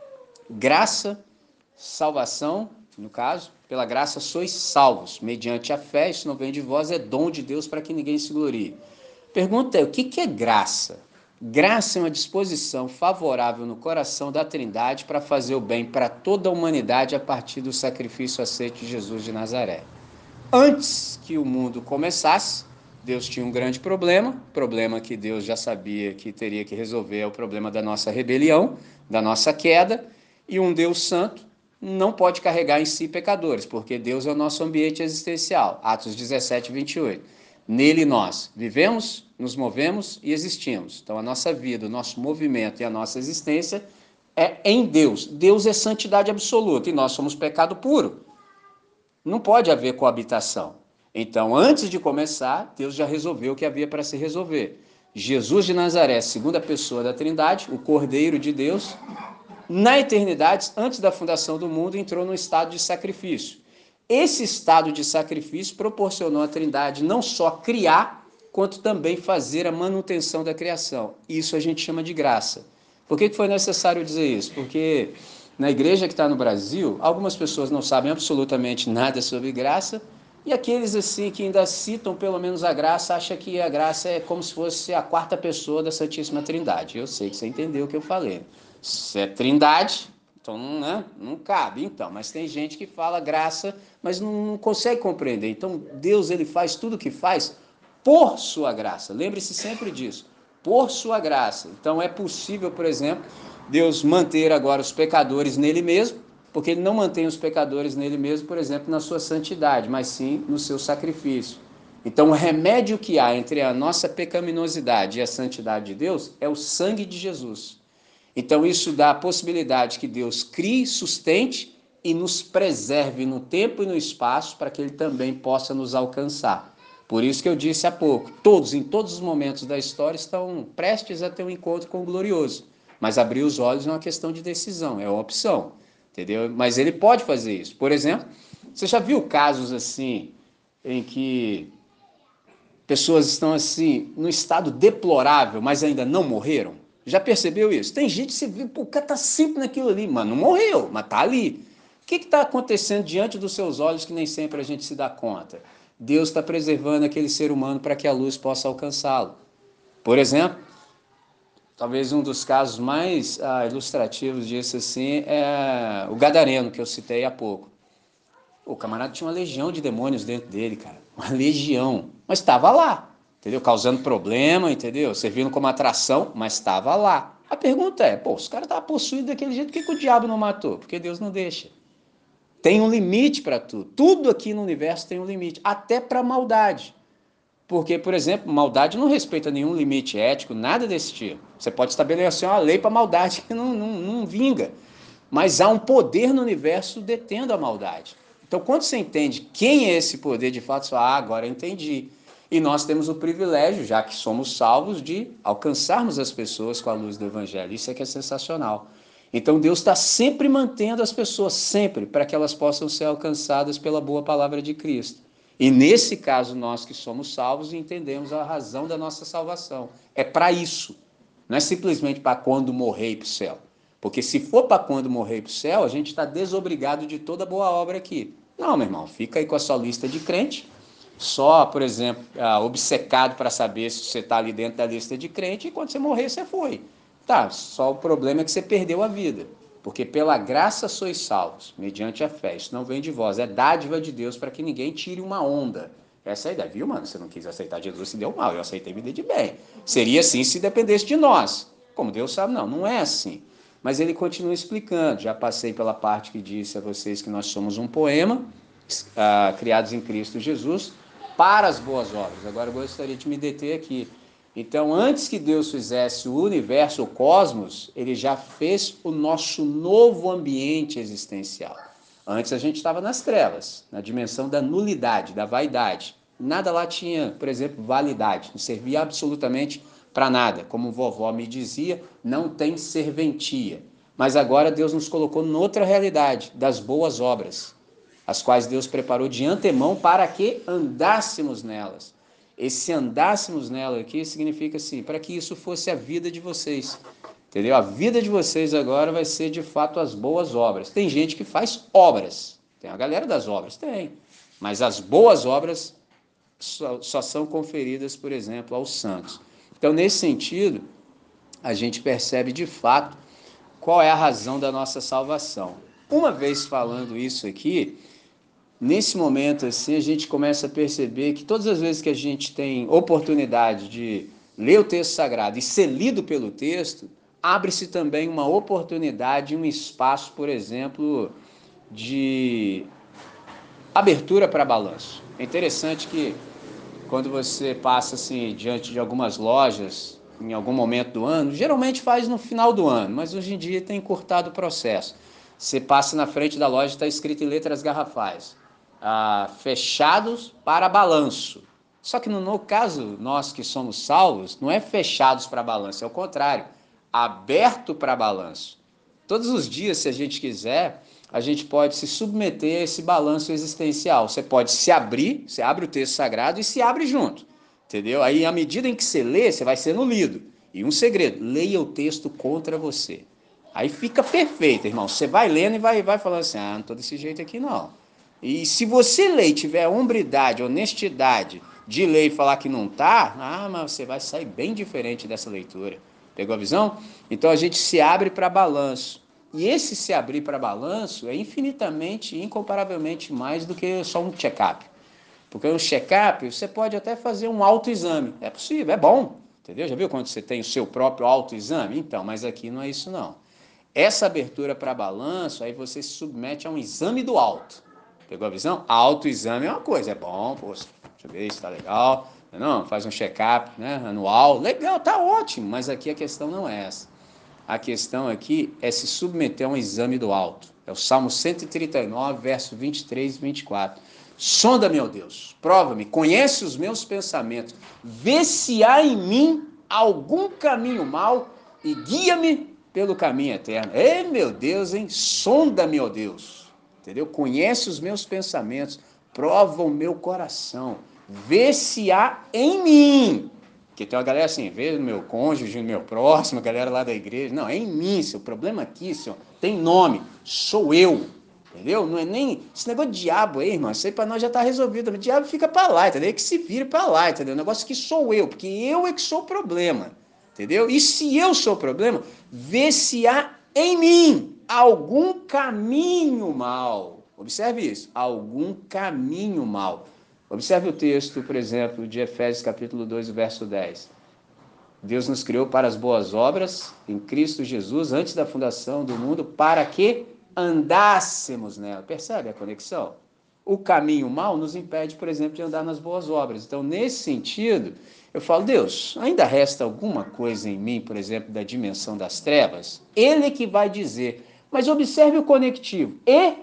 graça, salvação, no caso, pela graça sois salvos, mediante a fé. Isso não vem de vós, é dom de Deus para que ninguém se glorie. Pergunta é, o que é graça? Graça é uma disposição favorável no coração da Trindade para fazer o bem para toda a humanidade a partir do sacrifício aceito de Jesus de Nazaré. Antes que o mundo começasse, Deus tinha um grande problema que Deus já sabia que teria que resolver, é o problema da nossa rebelião, da nossa queda, e um Deus santo não pode carregar em si pecadores, porque Deus é o nosso ambiente existencial. Atos 17, 28. Nele nós vivemos, nos movemos e existimos. Então a nossa vida, o nosso movimento e a nossa existência é em Deus. Deus é santidade absoluta e nós somos pecado puro. Não pode haver coabitação. Então, antes de começar, Deus já resolveu o que havia para se resolver. Jesus de Nazaré, segunda pessoa da Trindade, o Cordeiro de Deus, na eternidade, antes da fundação do mundo, entrou num estado de sacrifício. Esse estado de sacrifício proporcionou à Trindade não só criar, quanto também fazer a manutenção da criação. Isso a gente chama de graça. Por que foi necessário dizer isso? Porque na igreja que está no Brasil, algumas pessoas não sabem absolutamente nada sobre graça, e aqueles assim que ainda citam pelo menos a graça, acham que a graça é como se fosse a quarta pessoa da Santíssima Trindade. Eu sei que você entendeu o que eu falei. Se é Trindade, então não cabe, então. Mas tem gente que fala graça, mas não consegue compreender. Então Deus, ele faz tudo o que faz por sua graça. Lembre-se sempre disso, por sua graça. Então é possível, por exemplo, Deus manter agora os pecadores nele mesmo, porque ele não mantém os pecadores nele mesmo, por exemplo, na sua santidade, mas sim no seu sacrifício. Então o remédio que há entre a nossa pecaminosidade e a santidade de Deus é o sangue de Jesus. Então isso dá a possibilidade que Deus crie, sustente e nos preserve no tempo e no espaço para que ele também possa nos alcançar. Por isso que eu disse há pouco, todos, em todos os momentos da história, estão prestes a ter um encontro com o glorioso. Mas abrir os olhos é uma questão de decisão, é uma opção, entendeu? Mas ele pode fazer isso. Por exemplo, você já viu casos assim, em que pessoas estão assim, num estado deplorável, mas ainda não morreram? Já percebeu isso? Tem gente que você vê, pô, o cara tá sempre naquilo ali, mano, não morreu, mas tá ali. O que está acontecendo diante dos seus olhos que nem sempre a gente se dá conta? Deus está preservando aquele ser humano para que a luz possa alcançá-lo. Por exemplo, talvez um dos casos mais ilustrativos disso assim é o Gadareno, que eu citei há pouco. O camarada tinha uma legião de demônios dentro dele, cara. Uma legião. Mas estava lá, entendeu? Causando problema, entendeu? Servindo como atração, mas estava lá. A pergunta é, pô, os caras estavam possuídos daquele jeito, por que o diabo não matou? Porque Deus não deixa. Tem um limite para tudo. Tudo aqui no universo tem um limite, até para a maldade. Porque, por exemplo, maldade não respeita nenhum limite ético, nada desse tipo. Você pode estabelecer uma lei para maldade que não vinga. Mas há um poder no universo detendo a maldade. Então, quando você entende quem é esse poder, de fato, você fala, agora eu entendi. E nós temos o privilégio, já que somos salvos, de alcançarmos as pessoas com a luz do Evangelho. Isso é que é sensacional. Então, Deus está sempre mantendo as pessoas, sempre, para que elas possam ser alcançadas pela boa palavra de Cristo. E nesse caso, nós que somos salvos, entendemos a razão da nossa salvação. É para isso. Não é simplesmente para quando morrer e ir para o céu. Porque se for para quando morrer e ir para o céu, a gente está desobrigado de toda boa obra aqui. Não, meu irmão, fica aí com a sua lista de crente, só, por exemplo, obcecado para saber se você está ali dentro da lista de crente, e quando você morrer, você foi. Tá, só o problema é que você perdeu a vida. Porque pela graça sois salvos, mediante a fé. Isso não vem de vós, é dádiva de Deus para que ninguém tire uma onda. Essa é a ideia, viu, mano? Você não quis aceitar Jesus, se deu mal, eu aceitei me dei de bem. Seria assim se dependesse de nós. Como Deus sabe, não é assim. Mas ele continua explicando. Já passei pela parte que disse a vocês que nós somos um poema, criados em Cristo Jesus, para as boas obras. Agora eu gostaria de me deter aqui. Então, antes que Deus fizesse o universo, o cosmos, ele já fez o nosso novo ambiente existencial. Antes a gente estava nas trevas, na dimensão da nulidade, da vaidade. Nada lá tinha, por exemplo, validade, não servia absolutamente para nada. Como vovó me dizia, não tem serventia. Mas agora Deus nos colocou noutra realidade, das boas obras, as quais Deus preparou de antemão para que andássemos nelas. Esse andássemos nela aqui significa assim, para que isso fosse a vida de vocês. Entendeu? A vida de vocês agora vai ser de fato as boas obras. Tem gente que faz obras, tem a galera das obras, tem. Mas as boas obras só são conferidas, por exemplo, aos santos. Então, nesse sentido, a gente percebe de fato qual é a razão da nossa salvação. Uma vez falando isso aqui, nesse momento assim, a gente começa a perceber que todas as vezes que a gente tem oportunidade de ler o texto sagrado e ser lido pelo texto, abre-se também uma oportunidade, um espaço, por exemplo, de abertura para balanço. É interessante que quando você passa assim diante de algumas lojas em algum momento do ano, geralmente faz no final do ano, mas hoje em dia tem encurtado o processo. Você passa na frente da loja, está escrito em letras garrafais, fechados para balanço. Só que no caso, nós que somos salvos, não é fechados para balanço, é o contrário, aberto para balanço. Todos os dias, se a gente quiser, a gente pode se submeter a esse balanço existencial. Você pode se abrir, você abre o texto sagrado e se abre junto, entendeu? Aí, à medida em que você lê, você vai sendo lido. E um segredo, leia o texto contra você. Aí fica perfeito, irmão. Você vai lendo e vai falando assim, não estou desse jeito aqui, não. E se você ler e tiver hombridade, honestidade de ler e falar que não está, mas você vai sair bem diferente dessa leitura. Pegou a visão? Então a gente se abre para balanço. E esse se abrir para balanço é infinitamente, incomparavelmente mais do que só um check-up. Porque um check-up, você pode até fazer um autoexame. É possível, é bom. Entendeu? Já viu quando você tem o seu próprio autoexame? Então, mas aqui não é isso não. Essa abertura para balanço, aí você se submete a um exame do auto. Pegou a visão? Autoexame é uma coisa, é bom, pô, deixa eu ver se está legal. Não, faz um check-up, né, anual. Legal, tá ótimo, mas aqui a questão não é essa. A questão aqui é se submeter a um exame do alto. É o Salmo 139, verso 23 e 24. Sonda, meu Deus, prova-me, conhece os meus pensamentos, vê se há em mim algum caminho mau e guia-me pelo caminho eterno. Ei, meu Deus, hein? Sonda, meu Deus. Entendeu? Conhece os meus pensamentos, prova o meu coração, vê se há em mim. Porque tem uma galera assim, vê no meu cônjuge, no meu próximo, a galera lá da igreja. Não, é em mim, seu problema aqui, senhor, tem nome, sou eu. Entendeu? Não é nem esse negócio de diabo aí, irmão. Isso aí pra nós já tá resolvido. O diabo fica pra lá, entendeu? É que se vire pra lá, entendeu? O negócio que sou eu, porque eu é que sou o problema. Entendeu? E se eu sou o problema, vê se há em mim algum caminho mal. Observe isso. Algum caminho mal. Observe o texto, por exemplo, de Efésios capítulo 2, verso 10. Deus nos criou para as boas obras em Cristo Jesus, antes da fundação do mundo, para que andássemos nela. Percebe a conexão? O caminho mal nos impede, por exemplo, de andar nas boas obras. Então, nesse sentido, eu falo, Deus, ainda resta alguma coisa em mim, por exemplo, da dimensão das trevas? Ele que vai dizer, mas observe o conectivo, e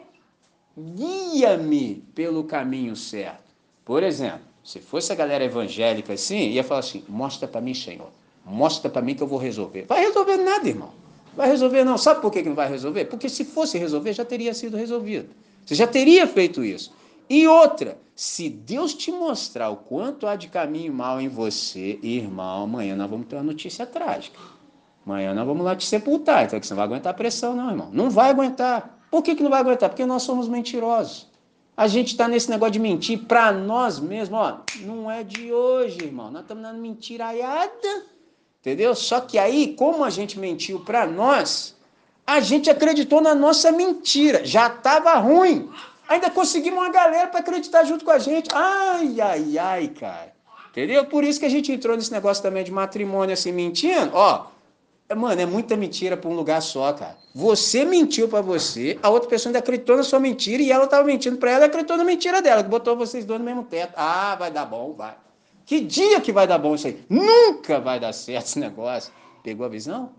guia-me pelo caminho certo. Por exemplo, se fosse a galera evangélica assim, ia falar assim, mostra para mim, Senhor, mostra para mim que eu vou resolver. Vai resolver nada, irmão. Vai resolver não. Sabe por que não vai resolver? Porque se fosse resolver, já teria sido resolvido. Você já teria feito isso. E outra, se Deus te mostrar o quanto há de caminho mal em você, irmão, amanhã nós vamos ter uma notícia trágica. Amanhã nós vamos lá te sepultar. Então você não vai aguentar a pressão, não, irmão. Não vai aguentar. Por que não vai aguentar? Porque nós somos mentirosos. A gente está nesse negócio de mentir para nós mesmos. Ó, não é de hoje, irmão. Nós estamos dando mentiraiada. Entendeu? Só que aí, como a gente mentiu para nós, a gente acreditou na nossa mentira. Já estava ruim. Ainda conseguimos uma galera para acreditar junto com a gente. Ai, ai, ai, cara. Entendeu? Por isso que a gente entrou nesse negócio também de matrimônio assim, mentindo. Ó, mano, é muita mentira para um lugar só, cara. Você mentiu para você, a outra pessoa ainda acreditou na sua mentira e ela estava mentindo para ela e acreditou na mentira dela, que botou vocês dois no mesmo teto. Ah, vai dar bom, vai. Que dia que vai dar bom isso aí? Nunca vai dar certo esse negócio. Pegou a visão?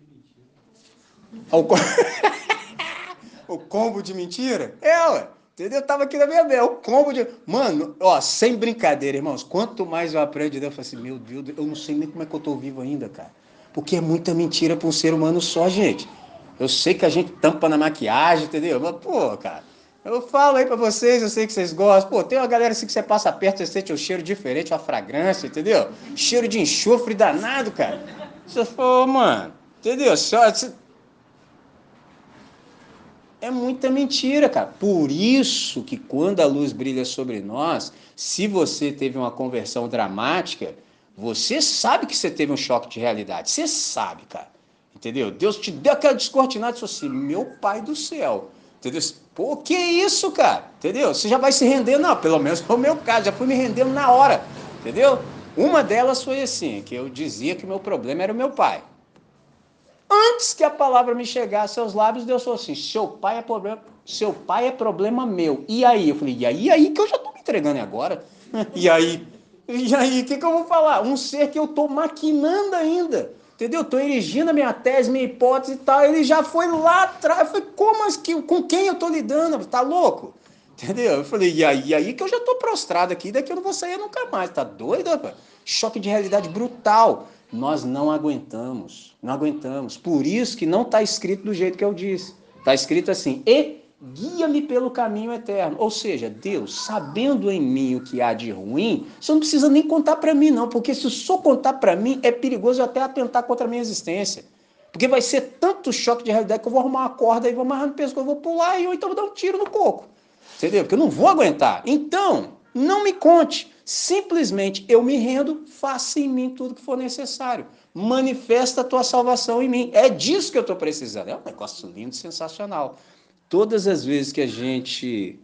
O combo de mentira? Ué. Entendeu? Tava aqui na minha mente. O combo de... Mano, ó, sem brincadeira, irmãos. Quanto mais eu aprendo, eu falo assim, meu Deus, eu não sei nem como é que eu tô vivo ainda, cara. Porque é muita mentira para um ser humano só, gente. Eu sei que a gente tampa na maquiagem, entendeu? Mas, pô, cara, eu falo aí pra vocês, eu sei que vocês gostam. Pô, tem uma galera assim que você passa perto, você sente um cheiro diferente, uma fragrância, entendeu? Cheiro de enxofre danado, cara. Você falou, mano, entendeu? É muita mentira, cara. Por isso que quando a luz brilha sobre nós, se você teve uma conversão dramática, você sabe que você teve um choque de realidade. Você sabe, cara. Entendeu? Deus te deu aquela descortinada e falou assim, meu pai do céu. Entendeu? Pô, que isso, cara? Entendeu? Você já vai se render, não. Pelo menos foi o meu caso, já fui me rendendo na hora. Entendeu? Uma delas foi assim, que eu dizia que o meu problema era o meu pai. Antes que a palavra me chegasse aos lábios, Deus falou assim: seu pai é problema meu. E aí? Eu falei, e aí que eu já estou me entregando agora. E aí? E aí, o que eu vou falar? Um ser que eu estou maquinando ainda. Entendeu? Estou erigindo a minha tese, minha hipótese e tal. Ele já foi lá atrás. Eu falei, como assim? Com quem eu estou lidando? Tá louco? Entendeu? Eu falei, e aí que eu já estou prostrado aqui, daqui eu não vou sair nunca mais. Tá doido, rapaz? Choque de realidade brutal. Nós não aguentamos, não aguentamos. Por isso que não está escrito do jeito que eu disse. Está escrito assim, e guia-me pelo caminho eterno. Ou seja, Deus, sabendo em mim o que há de ruim, você não precisa nem contar para mim não, porque se só contar para mim, é perigoso até atentar contra a minha existência. Porque vai ser tanto choque de realidade que eu vou arrumar uma corda e vou amarrar no pescoço, eu vou pular e eu então vou dar um tiro no coco. Entendeu? Porque eu não vou aguentar. Então, não me conte. Simplesmente eu me rendo, faça em mim tudo que for necessário. Manifesta a tua salvação em mim. É disso que eu estou precisando. É um negócio lindo, sensacional. Todas as vezes que a gente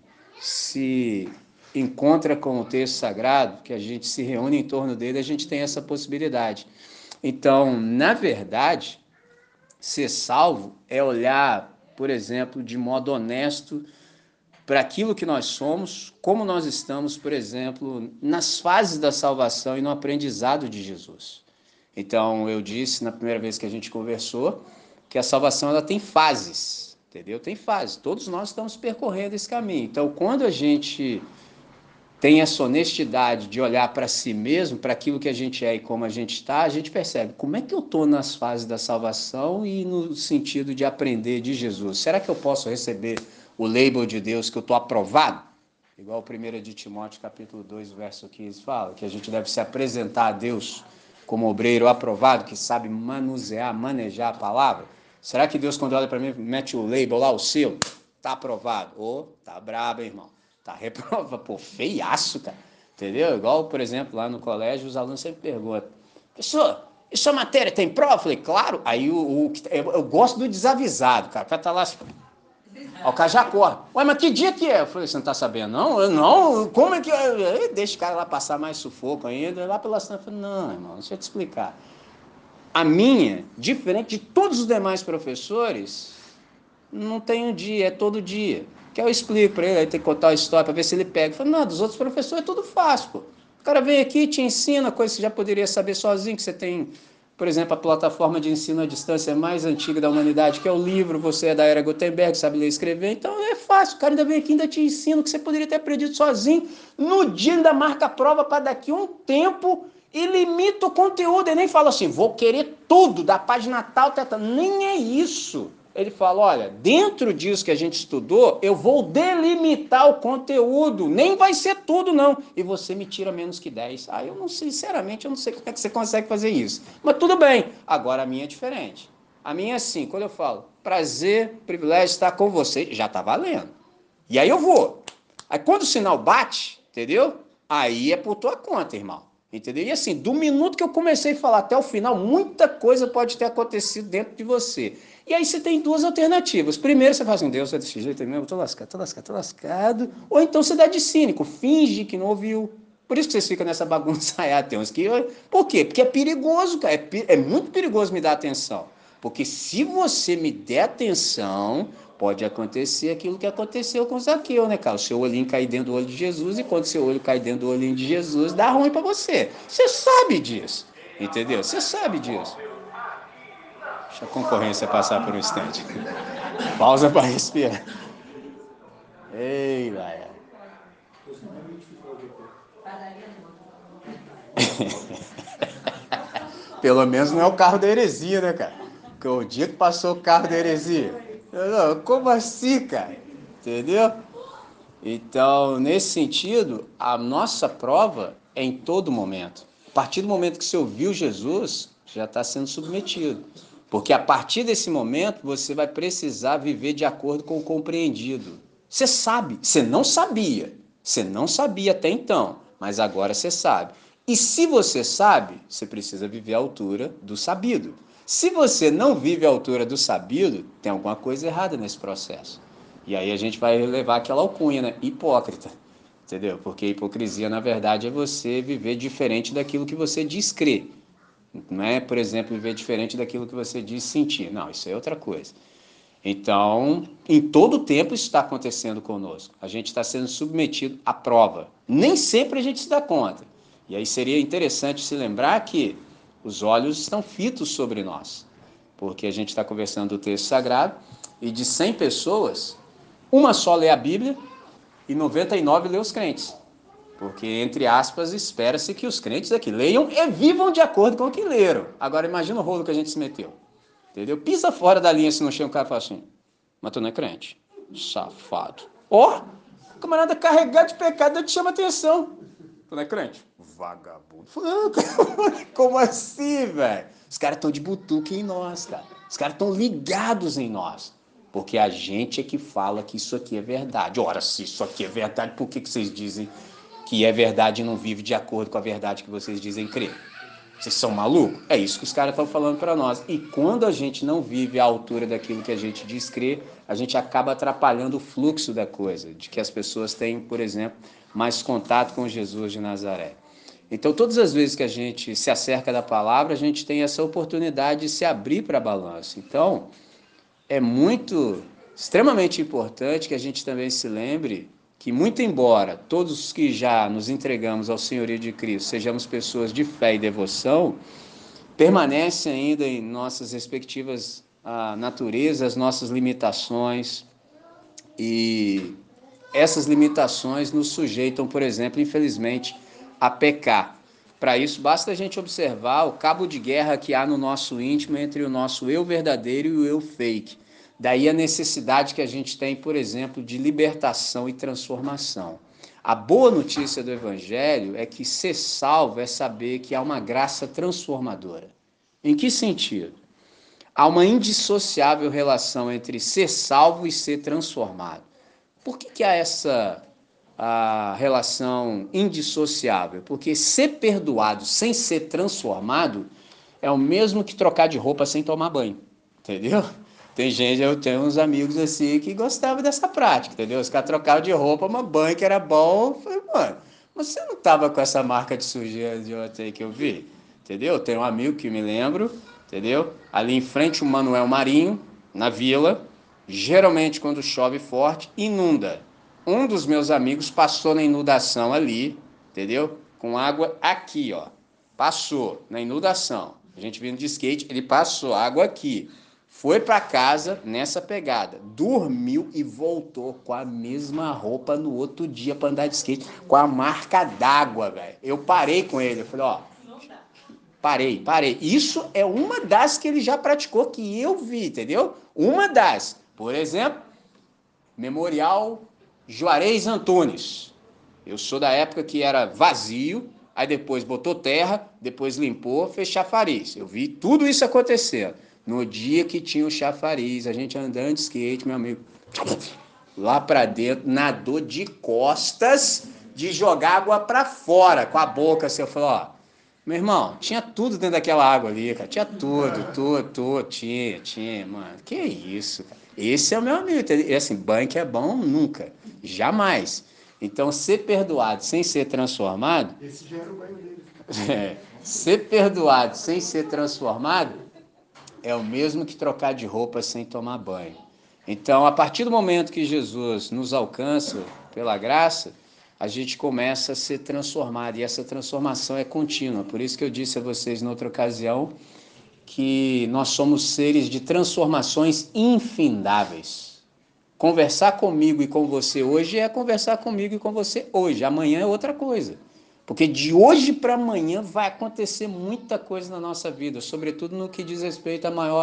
se encontra com o texto sagrado, que a gente se reúne em torno dele, a gente tem essa possibilidade. Então, na verdade, ser salvo é olhar, por exemplo, de modo honesto para aquilo que nós somos, como nós estamos, por exemplo, nas fases da salvação e no aprendizado de Jesus. Então, eu disse na primeira vez que a gente conversou que a salvação ela tem fases, entendeu? Tem fases. Todos nós estamos percorrendo esse caminho. Então, quando a gente tem essa honestidade de olhar para si mesmo, para aquilo que a gente é e como a gente está, a gente percebe como é que eu estou nas fases da salvação e no sentido de aprender de Jesus. Será que eu posso receber o label de Deus que eu estou aprovado? Igual o 1 de Timóteo, capítulo 2, verso 15 fala, que a gente deve se apresentar a Deus como obreiro aprovado, que sabe manusear, manejar a palavra. Será que Deus, quando olha para mim, mete o label lá, o seu? Tá aprovado. Ou tá brabo, hein, irmão? Tá reprova, pô, feiaço, cara. Entendeu? Igual, por exemplo, lá no colégio, os alunos sempre perguntam, professor, e sua matéria tem prova? Eu falei, claro. Aí eu gosto do desavisado, cara. O cara tá lá, ó, o cara já corre. Ué, mas que dia que é? Eu falei, você não tá sabendo, não? Eu, não, como é que é? Deixa o cara lá passar mais sufoco ainda. Lá pela cena, eu falei, não, irmão, deixa eu te explicar. A minha, diferente de todos os demais professores, não tem um dia, é todo dia. Que eu explico para ele, aí tem que contar a história para ver se ele pega. Eu falo, não, dos outros professores é tudo fácil, pô. O cara vem aqui, te ensina coisa que você já poderia saber sozinho, que você tem, por exemplo, a plataforma de ensino à distância mais antiga da humanidade, que é o livro, você é da era Gutenberg, sabe ler e escrever, então é fácil. O cara ainda vem aqui, ainda te ensina o que você poderia ter aprendido sozinho. No dia ainda marca a prova para daqui a um tempo e limita o conteúdo. Ele nem fala assim, vou querer tudo da página tal, tal, tal. Nem é isso. Ele fala, olha, dentro disso que a gente estudou, eu vou delimitar o conteúdo, nem vai ser tudo não, e você me tira menos que 10. Eu não sei, sinceramente, eu não sei como é que você consegue fazer isso. Mas tudo bem, agora a minha é diferente. A minha é assim, quando eu falo, prazer, privilégio estar com você, já está valendo. E aí eu vou. Aí quando o sinal bate, entendeu? Aí é por tua conta, irmão. Entendeu? E assim, do minuto que eu comecei a falar até o final, muita coisa pode ter acontecido dentro de você. E aí você tem duas alternativas. Primeiro você fala assim, Deus é desse jeito mesmo, tô lascado, tô lascado, tô lascado. Ou então você dá de cínico, finge que não ouviu. Por isso que vocês ficam nessa bagunça aí, tem uns que... Por quê? Porque é perigoso, cara. É muito perigoso me dar atenção. Porque se você me der atenção, pode acontecer aquilo que aconteceu com Zaqueu, né, cara? O seu olhinho cair dentro do olho de Jesus, e quando seu olho cai dentro do olhinho de Jesus, dá ruim para você. Você sabe disso, entendeu? Você sabe disso. Deixa a concorrência passar por um instante. Pausa para respirar. Ei, vai. Pelo menos não é o carro da heresia, né, cara? O dia que passou o carro da heresia. Não, como assim, cara? Entendeu? Então, nesse sentido, a nossa prova é em todo momento. A partir do momento que você ouviu Jesus, já está sendo submetido. Porque a partir desse momento, você vai precisar viver de acordo com o compreendido. Você sabe, você não sabia até então, mas agora você sabe. E se você sabe, você precisa viver à altura do sabido. Se você não vive à altura do sabido, tem alguma coisa errada nesse processo. E aí a gente vai levar aquela alcunha, né? Hipócrita. Entendeu? Porque hipocrisia, na verdade, é você viver diferente daquilo que você diz crer. Não é, por exemplo, viver diferente daquilo que você diz sentir. Não, isso é outra coisa. Então, em todo tempo isso está acontecendo conosco. A gente está sendo submetido à prova. Nem sempre a gente se dá conta. E aí seria interessante se lembrar que os olhos estão fitos sobre nós. Porque a gente está conversando do texto sagrado e de 100 pessoas, uma só lê a Bíblia e 99 lê os crentes. Porque, entre aspas, espera-se que os crentes aqui leiam e vivam de acordo com o que leram. Agora, imagina o rolo que a gente se meteu. Entendeu? Pisa fora da linha se não chega um cara e fala assim, mas tu não é crente. Safado. Ó, oh, camarada carregado de pecado, eu te chamo a atenção. Tu não é crente? Vagabundo. Como assim, velho? Os caras estão de butuque em nós, cara. Os caras estão ligados em nós. Porque a gente é que fala que isso aqui é verdade. Ora, se isso aqui é verdade, por que vocês dizem que é verdade e não vive de acordo com a verdade que vocês dizem crer? Vocês são malucos? É isso que os caras estão falando para nós. E quando a gente não vive à altura daquilo que a gente diz crer, a gente acaba atrapalhando o fluxo da coisa, de que as pessoas têm, por exemplo, mais contato com Jesus de Nazaré. Então, todas as vezes que a gente se acerca da palavra, a gente tem essa oportunidade de se abrir para a balança. Então, é extremamente importante que a gente também se lembre que, muito embora todos que já nos entregamos ao senhorio de Cristo sejamos pessoas de fé e devoção, permanecem ainda em nossas respectivas naturezas, nossas limitações, e essas limitações nos sujeitam, por exemplo, infelizmente, a pecar. Para isso, basta a gente observar o cabo de guerra que há no nosso íntimo entre o nosso eu verdadeiro e o eu fake. Daí a necessidade que a gente tem, por exemplo, de libertação e transformação. A boa notícia do Evangelho é que ser salvo é saber que há uma graça transformadora. Em que sentido? Há uma indissociável relação entre ser salvo e ser transformado. Por que há essa relação indissociável? Porque ser perdoado sem ser transformado é o mesmo que trocar de roupa sem tomar banho, entendeu? Tem gente, eu tenho uns amigos assim que gostavam dessa prática, entendeu? Os caras trocavam de roupa, uma banho que era bom. Eu falei, mano, mas você não tava com essa marca de sujeira de ontem aí que eu vi? Entendeu? Tem um amigo que me lembro, entendeu? Ali em frente o Manuel Marinho, na vila, geralmente quando chove forte, inunda. Um dos meus amigos passou na inundação ali, entendeu? Com água aqui, ó. Passou na inundação. A gente vindo de skate, ele passou água aqui. Foi para casa nessa pegada, dormiu e voltou com a mesma roupa no outro dia para andar de skate, com a marca d'água, velho. Eu parei com ele, eu falei, ó, parei. Isso é uma das que ele já praticou que eu vi, entendeu? Uma das. Por exemplo, Memorial Juarez Antunes. Eu sou da época que era vazio, aí depois botou terra, depois limpou, fez chafariz. Eu vi tudo isso acontecendo. No dia que tinha o chafariz, a gente andando de skate, meu amigo, lá pra dentro, nadou de costas, de jogar água pra fora, com a boca assim. Eu falei, ó, meu irmão, tinha tudo dentro daquela água ali, cara. Tinha tudo, tinha, mano. Que isso, cara. Esse é o meu amigo. E assim, banho que é bom nunca, jamais. Então, ser perdoado sem ser transformado, Esse já era o banho dele. ser perdoado sem ser transformado é o mesmo que trocar de roupa sem tomar banho. Então, a partir do momento que Jesus nos alcança pela graça, a gente começa a ser transformado, e essa transformação é contínua. Por isso que eu disse a vocês noutra ocasião que nós somos seres de transformações infindáveis. Conversar comigo e com você hoje é conversar comigo e com você hoje. Amanhã é outra coisa. Porque de hoje para amanhã vai acontecer muita coisa na nossa vida, sobretudo no que diz respeito à maior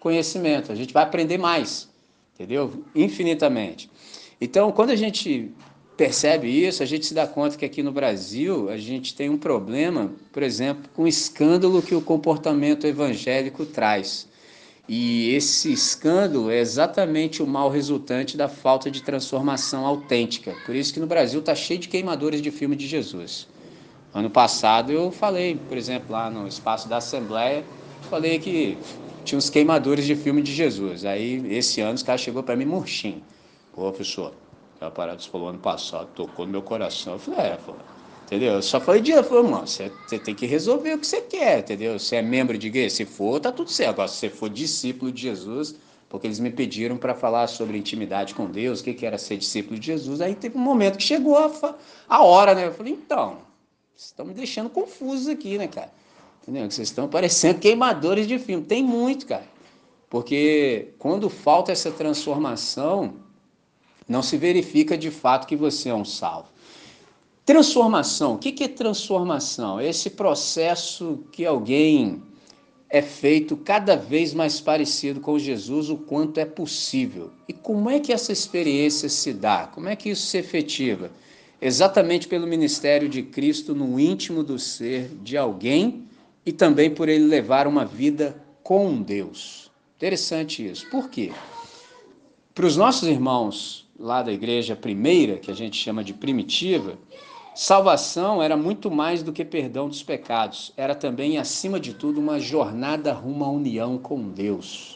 conhecimento, a gente vai aprender mais, entendeu? Infinitamente. Então, quando a gente percebe isso, a gente se dá conta que aqui no Brasil a gente tem um problema, por exemplo, com o escândalo que o comportamento evangélico traz. E esse escândalo é exatamente o mal resultante da falta de transformação autêntica. Por isso que no Brasil está cheio de queimadores de filme de Jesus. Ano passado eu falei, por exemplo, lá no espaço da Assembleia, falei que tinha uns queimadores de filme de Jesus. Aí esse ano os caras chegou para mim murchinho. Pô, professor, aquela parada que você falou ano passado, tocou no meu coração. Eu falei, pô, entendeu? Eu só falei, irmão, você tem que resolver o que você quer, entendeu? Você é membro de igreja? Se for, tá tudo certo. Agora, se você for discípulo de Jesus, porque eles me pediram para falar sobre intimidade com Deus, o que era ser discípulo de Jesus, aí teve um momento que chegou a hora, né? Eu falei, então, vocês estão me deixando confusos aqui, né, cara? Entendeu? Vocês estão parecendo queimadores de filme. Tem muito, cara. Porque quando falta essa transformação, não se verifica de fato que você é um salvo. Transformação, o que é transformação? É esse processo que alguém é feito cada vez mais parecido com Jesus, o quanto é possível. E como é que essa experiência se dá? Como é que isso se efetiva? Exatamente pelo ministério de Cristo no íntimo do ser de alguém e também por ele levar uma vida com Deus. Interessante isso. Por quê? Para os nossos irmãos lá da igreja primeira, que a gente chama de primitiva, salvação era muito mais do que perdão dos pecados. Era também, acima de tudo, uma jornada rumo à união com Deus.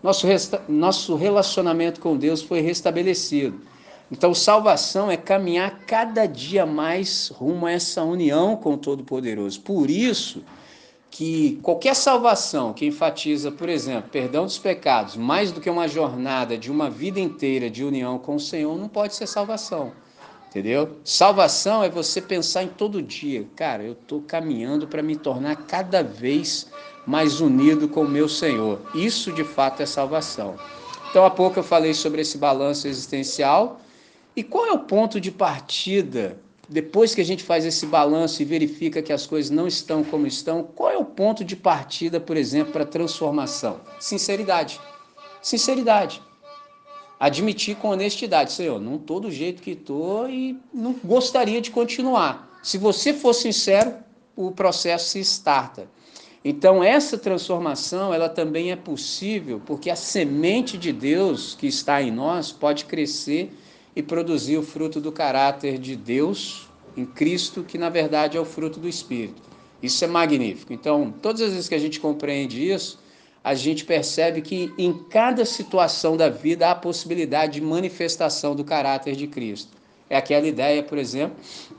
Nosso relacionamento com Deus foi restabelecido. Então, salvação é caminhar cada dia mais rumo a essa união com o Todo-Poderoso. Por isso que qualquer salvação que enfatiza, por exemplo, perdão dos pecados, mais do que uma jornada de uma vida inteira de união com o Senhor, não pode ser salvação. Entendeu? Salvação é você pensar em todo dia, cara, eu estou caminhando para me tornar cada vez mais unido com o meu Senhor. Isso de fato é salvação. Então há pouco eu falei sobre esse balanço existencial. E qual é o ponto de partida, depois que a gente faz esse balanço e verifica que as coisas não estão como estão, qual é o ponto de partida, por exemplo, para a transformação? Sinceridade. Sinceridade. Admitir com honestidade, Senhor, não estou do jeito que estou e não gostaria de continuar. Se você for sincero, o processo se starta. Então, essa transformação, ela também é possível porque a semente de Deus que está em nós pode crescer e produzir o fruto do caráter de Deus em Cristo, que na verdade é o fruto do Espírito. Isso é magnífico. Então, todas as vezes que a gente compreende isso, a gente percebe que em cada situação da vida há a possibilidade de manifestação do caráter de Cristo. É aquela ideia, por exemplo,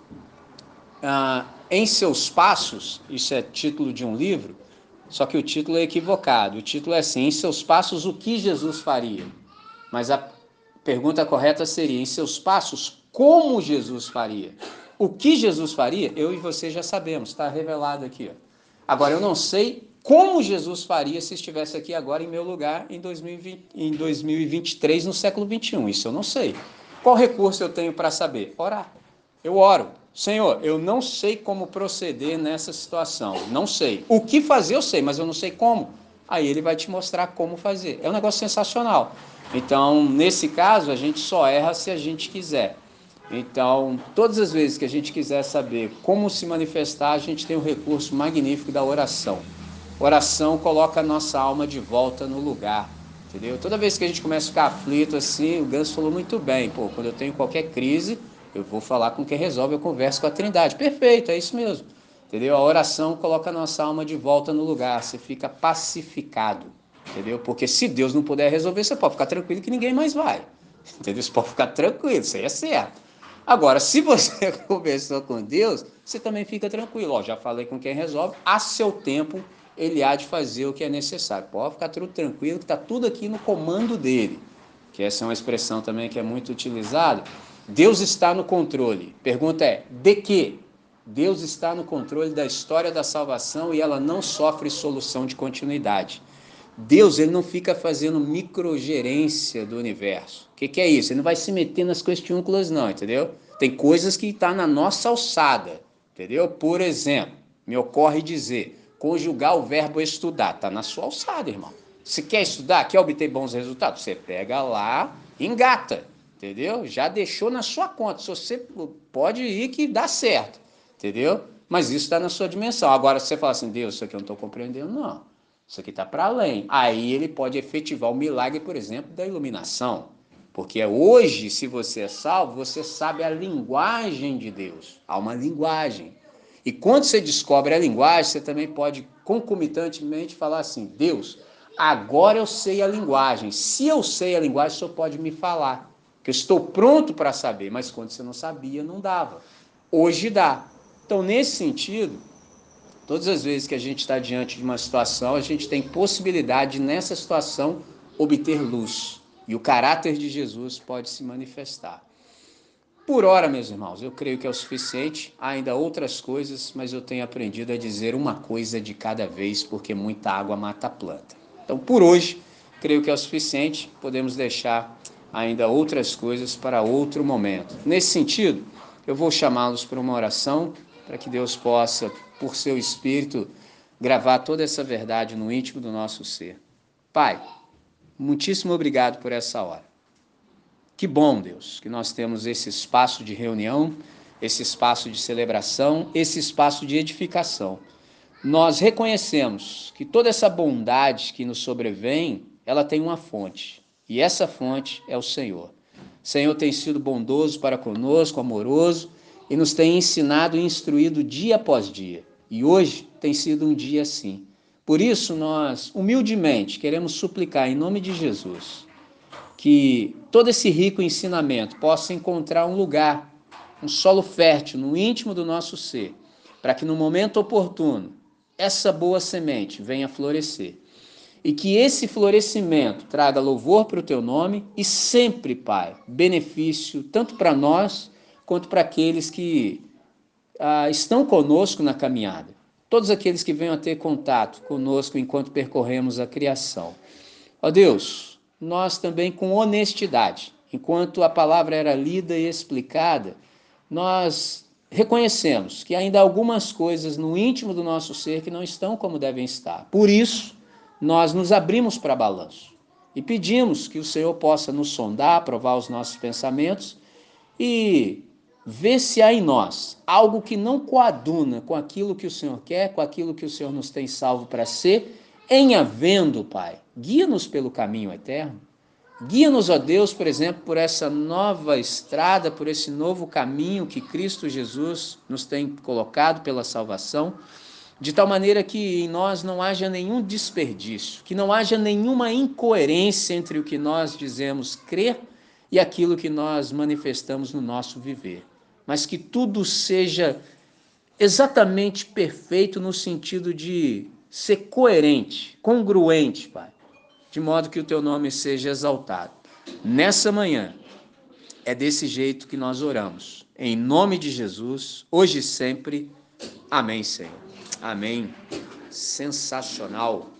em seus passos, isso é título de um livro, só que o título é equivocado. O título é assim, em seus passos, o que Jesus faria? Mas a pergunta correta seria, em seus passos, como Jesus faria? O que Jesus faria, eu e você já sabemos, está revelado aqui. Agora, eu não sei como Jesus faria se estivesse aqui agora em meu lugar em 2023, no século 21. Isso eu não sei. Qual recurso eu tenho para saber? Orar. Eu oro. Senhor, eu não sei como proceder nessa situação. Não sei. O que fazer eu sei, mas eu não sei como. Aí ele vai te mostrar como fazer. É um negócio sensacional. Então, nesse caso, a gente só erra se a gente quiser. Então, todas as vezes que a gente quiser saber como se manifestar, a gente tem o recurso magnífico da oração. Oração coloca a nossa alma de volta no lugar, entendeu? Toda vez que a gente começa a ficar aflito assim, o Ganso falou muito bem, pô, quando eu tenho qualquer crise, eu vou falar com quem resolve, eu converso com a Trindade. Perfeito, é isso mesmo, entendeu? A oração coloca a nossa alma de volta no lugar, você fica pacificado, entendeu? Porque se Deus não puder resolver, você pode ficar tranquilo que ninguém mais vai, entendeu? Você pode ficar tranquilo, isso aí é certo. Agora, se você conversou com Deus, você também fica tranquilo. Ó, já falei com quem resolve, a seu tempo ele há de fazer o que é necessário. Pode ficar tudo tranquilo, que está tudo aqui no comando dele. Que essa é uma expressão também que é muito utilizada. Deus está no controle. Pergunta é, de quê? Deus está no controle da história da salvação e ela não sofre solução de continuidade. Deus, ele não fica fazendo microgerência do universo. O que é isso? Ele não vai se meter nas questiúnculas não, entendeu? Tem coisas que estão na nossa alçada, entendeu? Por exemplo, me ocorre dizer, conjugar o verbo estudar, está na sua alçada, irmão. Você quer estudar, quer obter bons resultados? Você pega lá, engata, entendeu? Já deixou na sua conta. Se você pode ir que dá certo, entendeu? Mas isso está na sua dimensão. Agora, se você fala assim, Deus, isso aqui eu não estou compreendendo, não. Isso aqui está para além. Aí ele pode efetivar o milagre, por exemplo, da iluminação. Porque hoje, se você é salvo, você sabe a linguagem de Deus. Há uma linguagem. E quando você descobre a linguagem, você também pode concomitantemente falar assim, Deus, agora eu sei a linguagem. Se eu sei a linguagem, o Senhor pode me falar. Que eu estou pronto para saber, mas quando você não sabia, não dava. Hoje dá. Então, nesse sentido, todas as vezes que a gente está diante de uma situação, a gente tem possibilidade de, nessa situação, obter luz. E o caráter de Jesus pode se manifestar. Por hora, meus irmãos, eu creio que é o suficiente. Há ainda outras coisas, mas eu tenho aprendido a dizer uma coisa de cada vez, porque muita água mata a planta. Então, por hoje, creio que é o suficiente. Podemos deixar ainda outras coisas para outro momento. Nesse sentido, eu vou chamá-los para uma oração, para que Deus possa, por seu Espírito, gravar toda essa verdade no íntimo do nosso ser. Pai, muitíssimo obrigado por essa hora. Que bom, Deus, que nós temos esse espaço de reunião, esse espaço de celebração, esse espaço de edificação. Nós reconhecemos que toda essa bondade que nos sobrevém, ela tem uma fonte, e essa fonte é o Senhor. O Senhor tem sido bondoso para conosco, amoroso, e nos tem ensinado e instruído dia após dia. E hoje tem sido um dia assim. Por isso, nós, humildemente, queremos suplicar em nome de Jesus, que todo esse rico ensinamento possa encontrar um lugar, um solo fértil no íntimo do nosso ser, para que no momento oportuno essa boa semente venha florescer. E que esse florescimento traga louvor para o teu nome e sempre, Pai, benefício tanto para nós quanto para aqueles que estão conosco na caminhada. Todos aqueles que venham a ter contato conosco enquanto percorremos a criação. Ó Deus, nós também com honestidade, enquanto a palavra era lida e explicada, nós reconhecemos que ainda há algumas coisas no íntimo do nosso ser que não estão como devem estar. Por isso, nós nos abrimos para balanço e pedimos que o Senhor possa nos sondar, provar os nossos pensamentos e ver se há em nós algo que não coaduna com aquilo que o Senhor quer, com aquilo que o Senhor nos tem salvo para ser. Em havendo, Pai, guia-nos pelo caminho eterno. Guia-nos, ó Deus, por exemplo, por essa nova estrada, por esse novo caminho que Cristo Jesus nos tem colocado pela salvação, de tal maneira que em nós não haja nenhum desperdício, que não haja nenhuma incoerência entre o que nós dizemos crer e aquilo que nós manifestamos no nosso viver, mas que tudo seja exatamente perfeito no sentido de ser coerente, congruente, Pai, de modo que o teu nome seja exaltado. Nessa manhã, é desse jeito que nós oramos. Em nome de Jesus, hoje e sempre. Amém, Senhor. Amém. Sensacional.